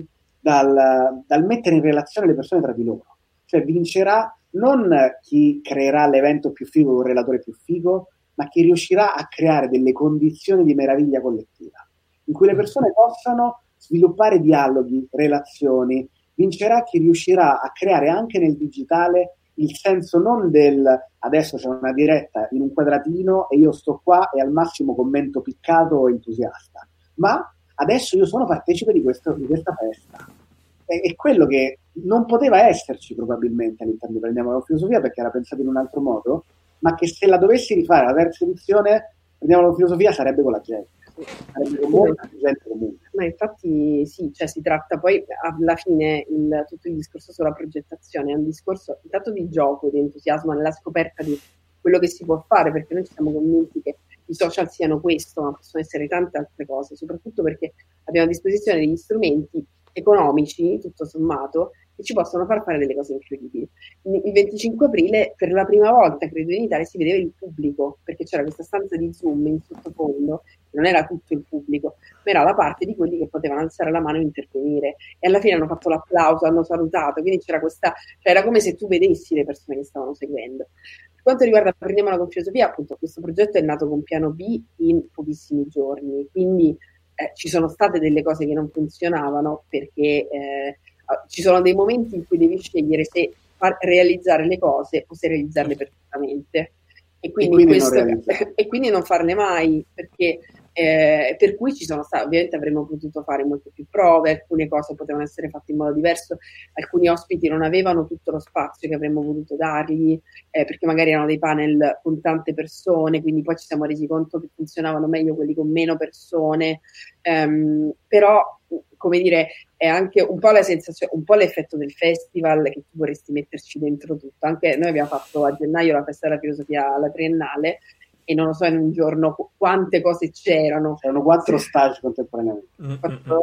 dal, dal mettere in relazione le persone tra di loro. Cioè vincerà non chi creerà l'evento più figo con un relatore più figo, ma chi riuscirà a creare delle condizioni di meraviglia collettiva, in cui le persone possano sviluppare dialoghi, relazioni. Vincerà chi riuscirà a creare anche nel digitale il senso non del adesso c'è una diretta in un quadratino e io sto qua e al massimo commento piccato o entusiasta, ma adesso io sono partecipe di, questo, di questa festa. È, è quello che non poteva esserci probabilmente all'interno di Prendiamo la Filosofia, perché era pensato in un altro modo, ma che se la dovessi rifare la terza edizione, Prendiamo la Filosofia sarebbe con la gente. Sarebbe con molta gente comune. Ma infatti sì, cioè si tratta poi alla fine il, tutto il discorso sulla progettazione è un discorso intanto di gioco, di entusiasmo nella scoperta di quello che si può fare, perché noi ci siamo convinti che i social siano questo, ma possono essere tante altre cose, soprattutto perché abbiamo a disposizione degli strumenti economici, tutto sommato, che ci possono far fare delle cose incredibili. Il venticinque aprile, per la prima volta, credo in Italia, si vedeva il pubblico, perché c'era questa stanza di Zoom in sottofondo, che non era tutto il pubblico, ma era la parte di quelli che potevano alzare la mano e intervenire. E alla fine hanno fatto l'applauso, hanno salutato, quindi c'era questa, cioè era come se tu vedessi le persone che stavano seguendo. Per quanto riguarda Prendiamola con Filosofia, appunto, questo progetto è nato con piano B in pochissimi giorni, quindi eh, ci sono state delle cose che non funzionavano, perché eh, ci sono dei momenti in cui devi scegliere se far realizzare le cose o se realizzarle perfettamente, e quindi, e quindi, questo, non, e quindi non farne mai, perché eh, per cui ci sono state, ovviamente avremmo potuto fare molte più prove, alcune cose potevano essere fatte in modo diverso, alcuni ospiti non avevano tutto lo spazio che avremmo voluto dargli, eh, perché magari erano dei panel con tante persone, quindi poi ci siamo resi conto che funzionavano meglio quelli con meno persone, ehm, però come dire, è anche un po' la sensazione, un po' l'effetto del festival, che tu vorresti metterci dentro tutto. Anche noi abbiamo fatto a gennaio la festa della filosofia alla triennale, e non lo so in un giorno quante cose c'erano. C'erano quattro stage contemporaneamente. Quattro,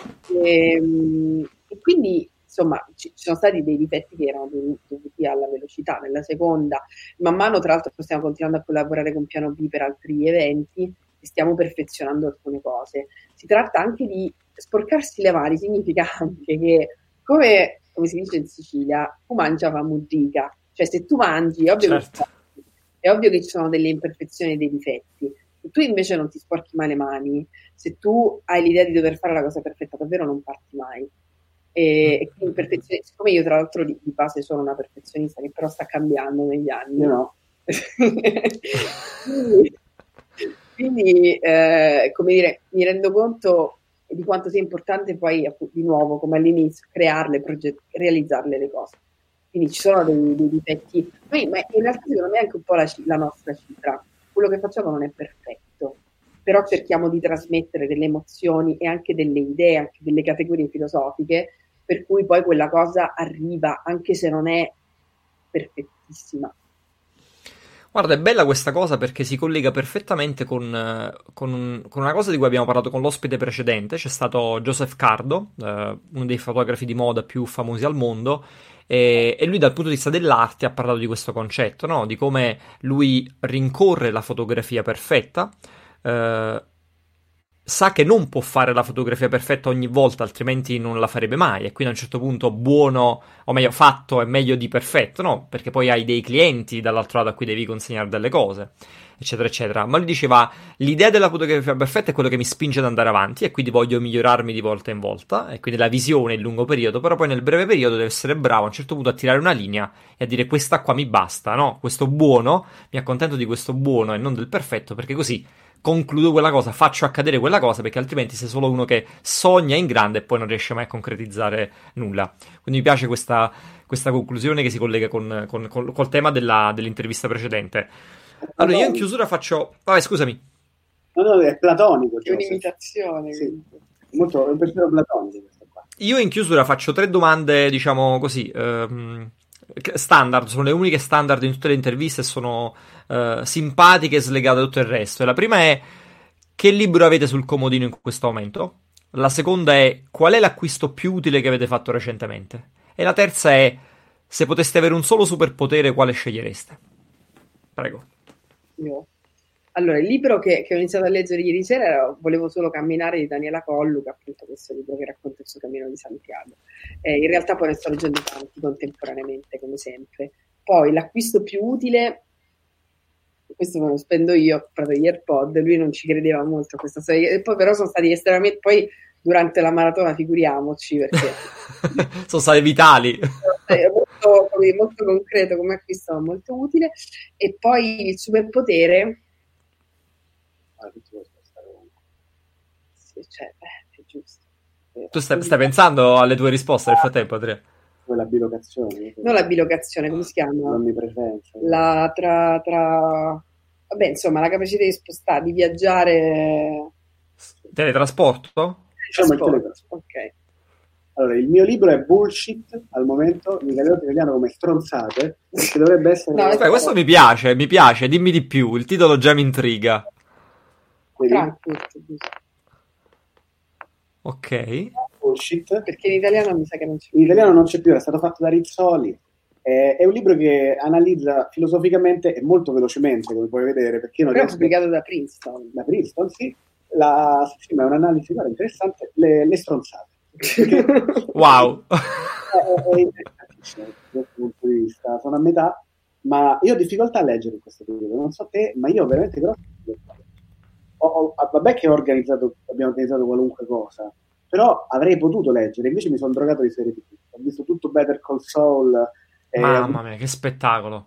e, e quindi insomma ci, ci sono stati dei difetti che erano dovuti alla velocità. Nella seconda, man mano, tra l'altro, stiamo continuando a collaborare con Piano B per altri eventi e stiamo perfezionando alcune cose. Si tratta anche di sporcarsi le mani, significa anche che, come, come si dice in Sicilia, tu mangia va mudica, cioè se tu mangi è ovvio, certo. che, è ovvio che ci sono delle imperfezioni e dei difetti. Se tu invece non ti sporchi mai le mani, se tu hai l'idea di dover fare la cosa perfetta, davvero non parti mai. E, e quindi perfezione, siccome io tra l'altro di, di base sono una perfezionista, che però sta cambiando negli anni, no? quindi, quindi eh, come dire, mi rendo conto di quanto sia importante poi, di nuovo, come all'inizio, crearle, proget- realizzarle le cose. Quindi ci sono dei, dei difetti, noi, ma in realtà secondo me è anche un po' la, la nostra cifra. Quello che facciamo non è perfetto, però cerchiamo di trasmettere delle emozioni e anche delle idee, anche delle categorie filosofiche, per cui poi quella cosa arriva, anche se non è perfettissima. Guarda, è bella questa cosa perché si collega perfettamente con, eh, con, un- con una cosa di cui abbiamo parlato con l'ospite precedente. C'è stato Joseph Cardo, eh, uno dei fotografi di moda più famosi al mondo, e, e lui dal punto di vista dell'arte ha parlato di questo concetto, no? Di come lui rincorre la fotografia perfetta, eh, sa che non può fare la fotografia perfetta ogni volta, altrimenti non la farebbe mai. E quindi a un certo punto buono, o meglio, fatto è meglio di perfetto, no? Perché poi hai dei clienti dall'altro lato a cui devi consegnare delle cose, eccetera, eccetera. Ma lui diceva, l'idea della fotografia perfetta è quello che mi spinge ad andare avanti e quindi voglio migliorarmi di volta in volta. E quindi la visione è il lungo periodo, però poi nel breve periodo devo essere bravo a un certo punto a tirare una linea e a dire questa qua mi basta, no? Questo buono, mi accontento di questo buono e non del perfetto, perché così concludo quella cosa, faccio accadere quella cosa, perché altrimenti sei solo uno che sogna in grande e poi non riesce mai a concretizzare nulla. Quindi mi piace questa, questa conclusione che si collega con, con- col, col tema della- dell'intervista precedente. Allora, io in chiusura faccio... Vabbè, scusami. No, no, è platonico. È Cioè, un'imitazione. sì. Molto, è un pensiero platonico questo qua. Io in chiusura faccio tre domande, diciamo così, ehm, standard, sono le uniche standard in tutte le interviste, sono eh, simpatiche e slegate da tutto il resto. E la prima è: che libro avete sul comodino in questo momento? La seconda è: qual è l'acquisto più utile che avete fatto recentemente? E la terza è: se poteste avere un solo superpotere, quale scegliereste? Prego. Io. Allora, il libro che, che ho iniziato a leggere ieri sera era Volevo solo camminare di Daniela Collu, che è appunto questo libro che racconta il suo cammino di Santiago. Eh, in realtà poi ne sto leggendo tanti contemporaneamente, come sempre. Poi l'acquisto più utile, questo me lo spendo io, ho comprato gli AirPod, lui non ci credeva molto a questa storia, e poi però sono stati estremamente, poi durante la maratona figuriamoci, perché Sono stati vitali. è molto, molto concreto come acquisto, molto utile. E poi il superpotere... Sì, cioè, è giusto. Tu stai, stai pensando alle tue risposte nel frattempo, Andrea? La bilocazione. Non la bilocazione, come si chiama? L'onnipresenza. La tra, tra... Vabbè, insomma, la capacità di spostare, di viaggiare... Teletrasporto? Diciamo il teletrasporto. Ok. Allora, il mio libro è Bullshit, al momento, in italiano come stronzate, che dovrebbe essere... No, Aspetta, questo mi piace, mi piace, dimmi di più, il titolo già mi intriga. Vedi? Frankfurt, giusto. Ok. Bullshit. Perché in italiano mi sa che non c'è. In italiano non c'è più, era stato fatto da Rizzoli. Eh, è un libro che analizza filosoficamente e molto velocemente, come puoi vedere, perché non Però è riesco... pubblicato da Princeton. Da Princeton, sì. La... sì, ma è un'analisi guarda, interessante. Le, le stronzate. Perché... Wow. è, è interessantissimo da questo punto di vista. Sono a metà, ma io ho difficoltà a leggere questo periodo. Non so te, ma io ho veramente grosse difficoltà. Ho, ho, vabbè che ho organizzato, abbiamo organizzato qualunque cosa, però avrei potuto leggere, invece mi sono drogato di serie tivù. Ho visto tutto Better Call Saul. Eh, Mamma mia, che spettacolo.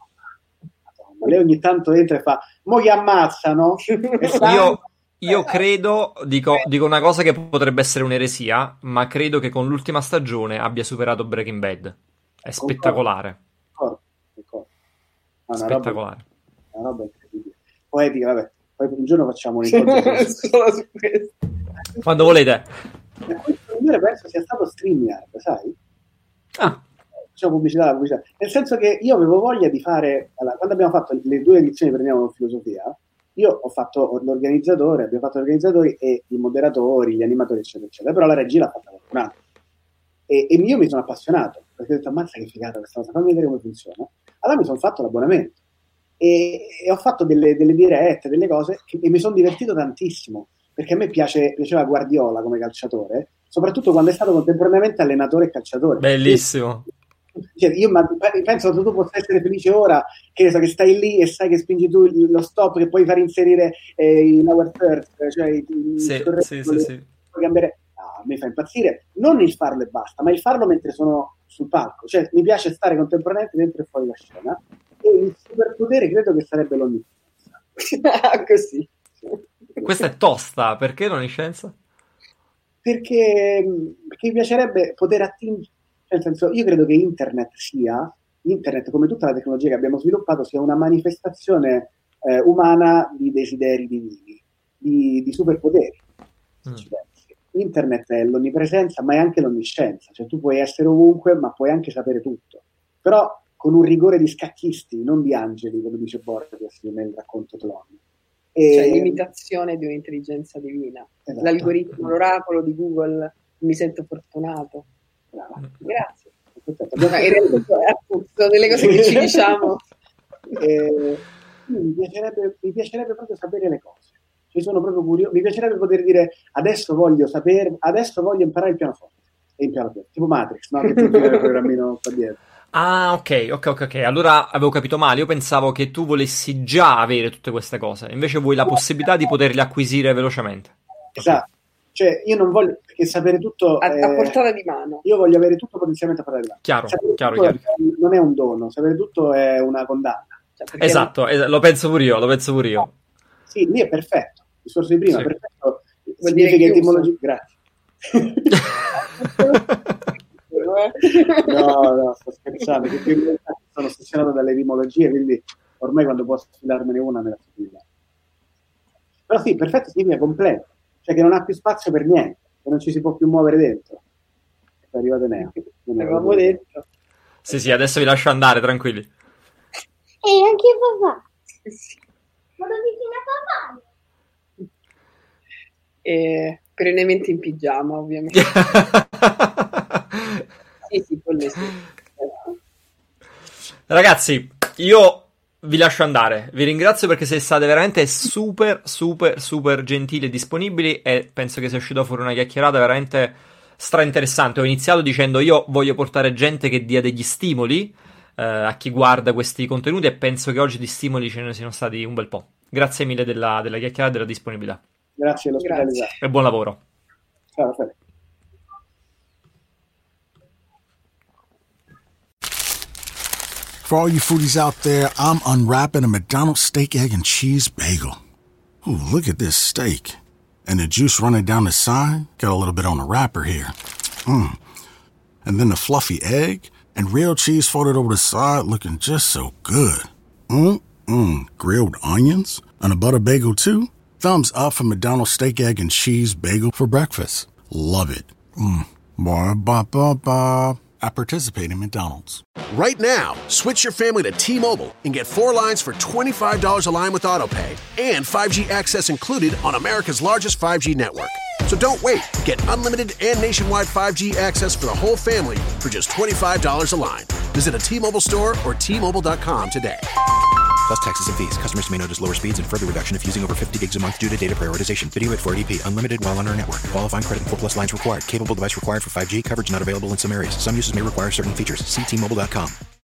Madonna, lei ogni tanto entra e fa mo chi ammazzano? E sta- Io, io credo, dico, dico una cosa che potrebbe essere un'eresia, ma credo che con l'ultima stagione abbia superato Breaking Bad. È spettacolare. Concordo, concordo. Ma una Spettacolare. roba, una roba incredibile. Poetica, vabbè. Poi un giorno facciamo un incontro. Solo su questo. Quando volete. E questo migliore penso sia stato StreamYard, sai? Ah, Facciamo pubblicità, pubblicità. Nel senso che io avevo voglia di fare, allora, quando abbiamo fatto le due edizioni Prendiamo con Filosofia, io ho fatto l'organizzatore, abbiamo fatto gli organizzatori e i moderatori, gli animatori, eccetera, eccetera. Però la regia l'ha fatta qualcun altro. E, e io mi sono appassionato, perché ho detto, ammazza che figata questa cosa, fammi vedere come funziona. Allora mi sono fatto l'abbonamento. E, e ho fatto delle, delle dirette, delle cose che, e mi sono divertito tantissimo, perché a me piace, piaceva Guardiola come calciatore, soprattutto quando è stato contemporaneamente allenatore e calciatore. bellissimo. Cioè, io ma, penso che tu possa essere felice ora che, so, che stai lì e sai che spingi tu lo stop che puoi far inserire eh, in our first, cioè il, Sì, il sì, sì, sì. puoi cambiare. No, mi fa impazzire non il farlo e basta, ma il farlo mentre sono sul palco, cioè mi piace stare contemporaneamente dentro e fuori la scena. E il superpotere credo che sarebbe l'onnipresenza. Così. Questa è tosta, perché non in scienza? Perché, perché mi piacerebbe poter attingere, nel senso, io credo che internet sia, internet come tutta la tecnologia che abbiamo sviluppato, sia una manifestazione eh, umana di desideri divini, di, di superpoteri. Mm. Ci pensi. Internet è l'onnipresenza, ma è anche l'onniscienza, cioè tu puoi essere ovunque, ma puoi anche sapere tutto, però con un rigore di scacchisti, non di angeli, come dice Borges nel racconto Tlon. E... Cioè l'imitazione di un'intelligenza divina. Esatto. L'algoritmo, l'oracolo di Google, mi sento fortunato. Brava. Grazie. Perfetto. Ma in realtà è appunto delle cose che ci diciamo. Eh, mi, piacerebbe, mi piacerebbe proprio sapere le cose. Cioè, sono proprio curioso. Mi piacerebbe poter dire adesso voglio sapere, adesso voglio imparare il pianoforte. E imparare il pianoforte. Tipo Matrix, no? Che ti infila il programmino qua dietro. Ah, ok, ok, ok, ok. Allora avevo capito male. Io pensavo che tu volessi già avere tutte queste cose. Invece vuoi la possibilità di poterle acquisire velocemente. Esatto. Cioè, io non voglio, perché sapere tutto A, è- a portata di mano. io voglio avere tutto potenzialmente a portata di mano. Chiaro, Sapere chiaro, tutto chiaro. è- non è un dono, sapere tutto è una condanna. Cioè, perché Esatto, es- lo penso pure io, lo penso pure io. Sì, lì è perfetto. Il discorso di prima, Sì. perfetto. Vuol dire Significa chiuso. etimologia. Grazie. No, no, sto scherzando, perché in realtà sono ossessionato dalle etimologie, quindi ormai quando posso filarmene una me la filo. Però sì, perfetto significa completo, cioè che non ha più spazio per niente, che non ci si può più muovere dentro. È arrivato Neo. Non è avevamo detto. Sì, sì, adesso vi lascio andare, tranquilli. E anche papà. Ma lo vicino a papà? E perennemente in pigiama, ovviamente. Sì, sì, quello sì. Ragazzi, io vi lascio andare. Vi ringrazio perché siete state veramente super, super, super gentili e disponibili e penso che sia uscito fuori una chiacchierata veramente strainteressante. Ho iniziato dicendo io voglio portare gente che dia degli stimoli eh, a chi guarda questi contenuti e penso che oggi di stimoli ce ne siano stati un bel po'. Grazie mille della, della chiacchierata e della disponibilità. Grazie dell'ospitalità. E buon lavoro. Ciao, Raffaele. For all you foodies out there, I'm unwrapping a McDonald's steak, egg, and cheese bagel. Ooh, look at this steak. And the juice running down the side. Got a little bit on the wrapper here. Mmm. And then the fluffy egg and real cheese folded over the side looking just so good. Mmm-mmm. Grilled onions and a butter bagel too. Thumbs up for McDonald's steak, egg, and cheese bagel for breakfast. Love it. Mmm. Ba-ba-ba-ba. I participate in McDonald's. Right now, switch your family to T-Mobile and get four lines for twenty-five dollars a line with AutoPay and five G access included on America's largest five G network. So don't wait. Get unlimited and nationwide five G access for the whole family for just twenty-five dollars a line. Visit a T-Mobile store or T Mobile dot com today. Plus taxes and fees. Customers may notice lower speeds and further reduction if using over fifty gigs a month due to data prioritization. Video at four eighty p. Unlimited while on our network. Qualifying credit and four plus lines required. Capable device required for five G. Coverage not available in some areas. Some uses may require certain features. See T Mobile dot com.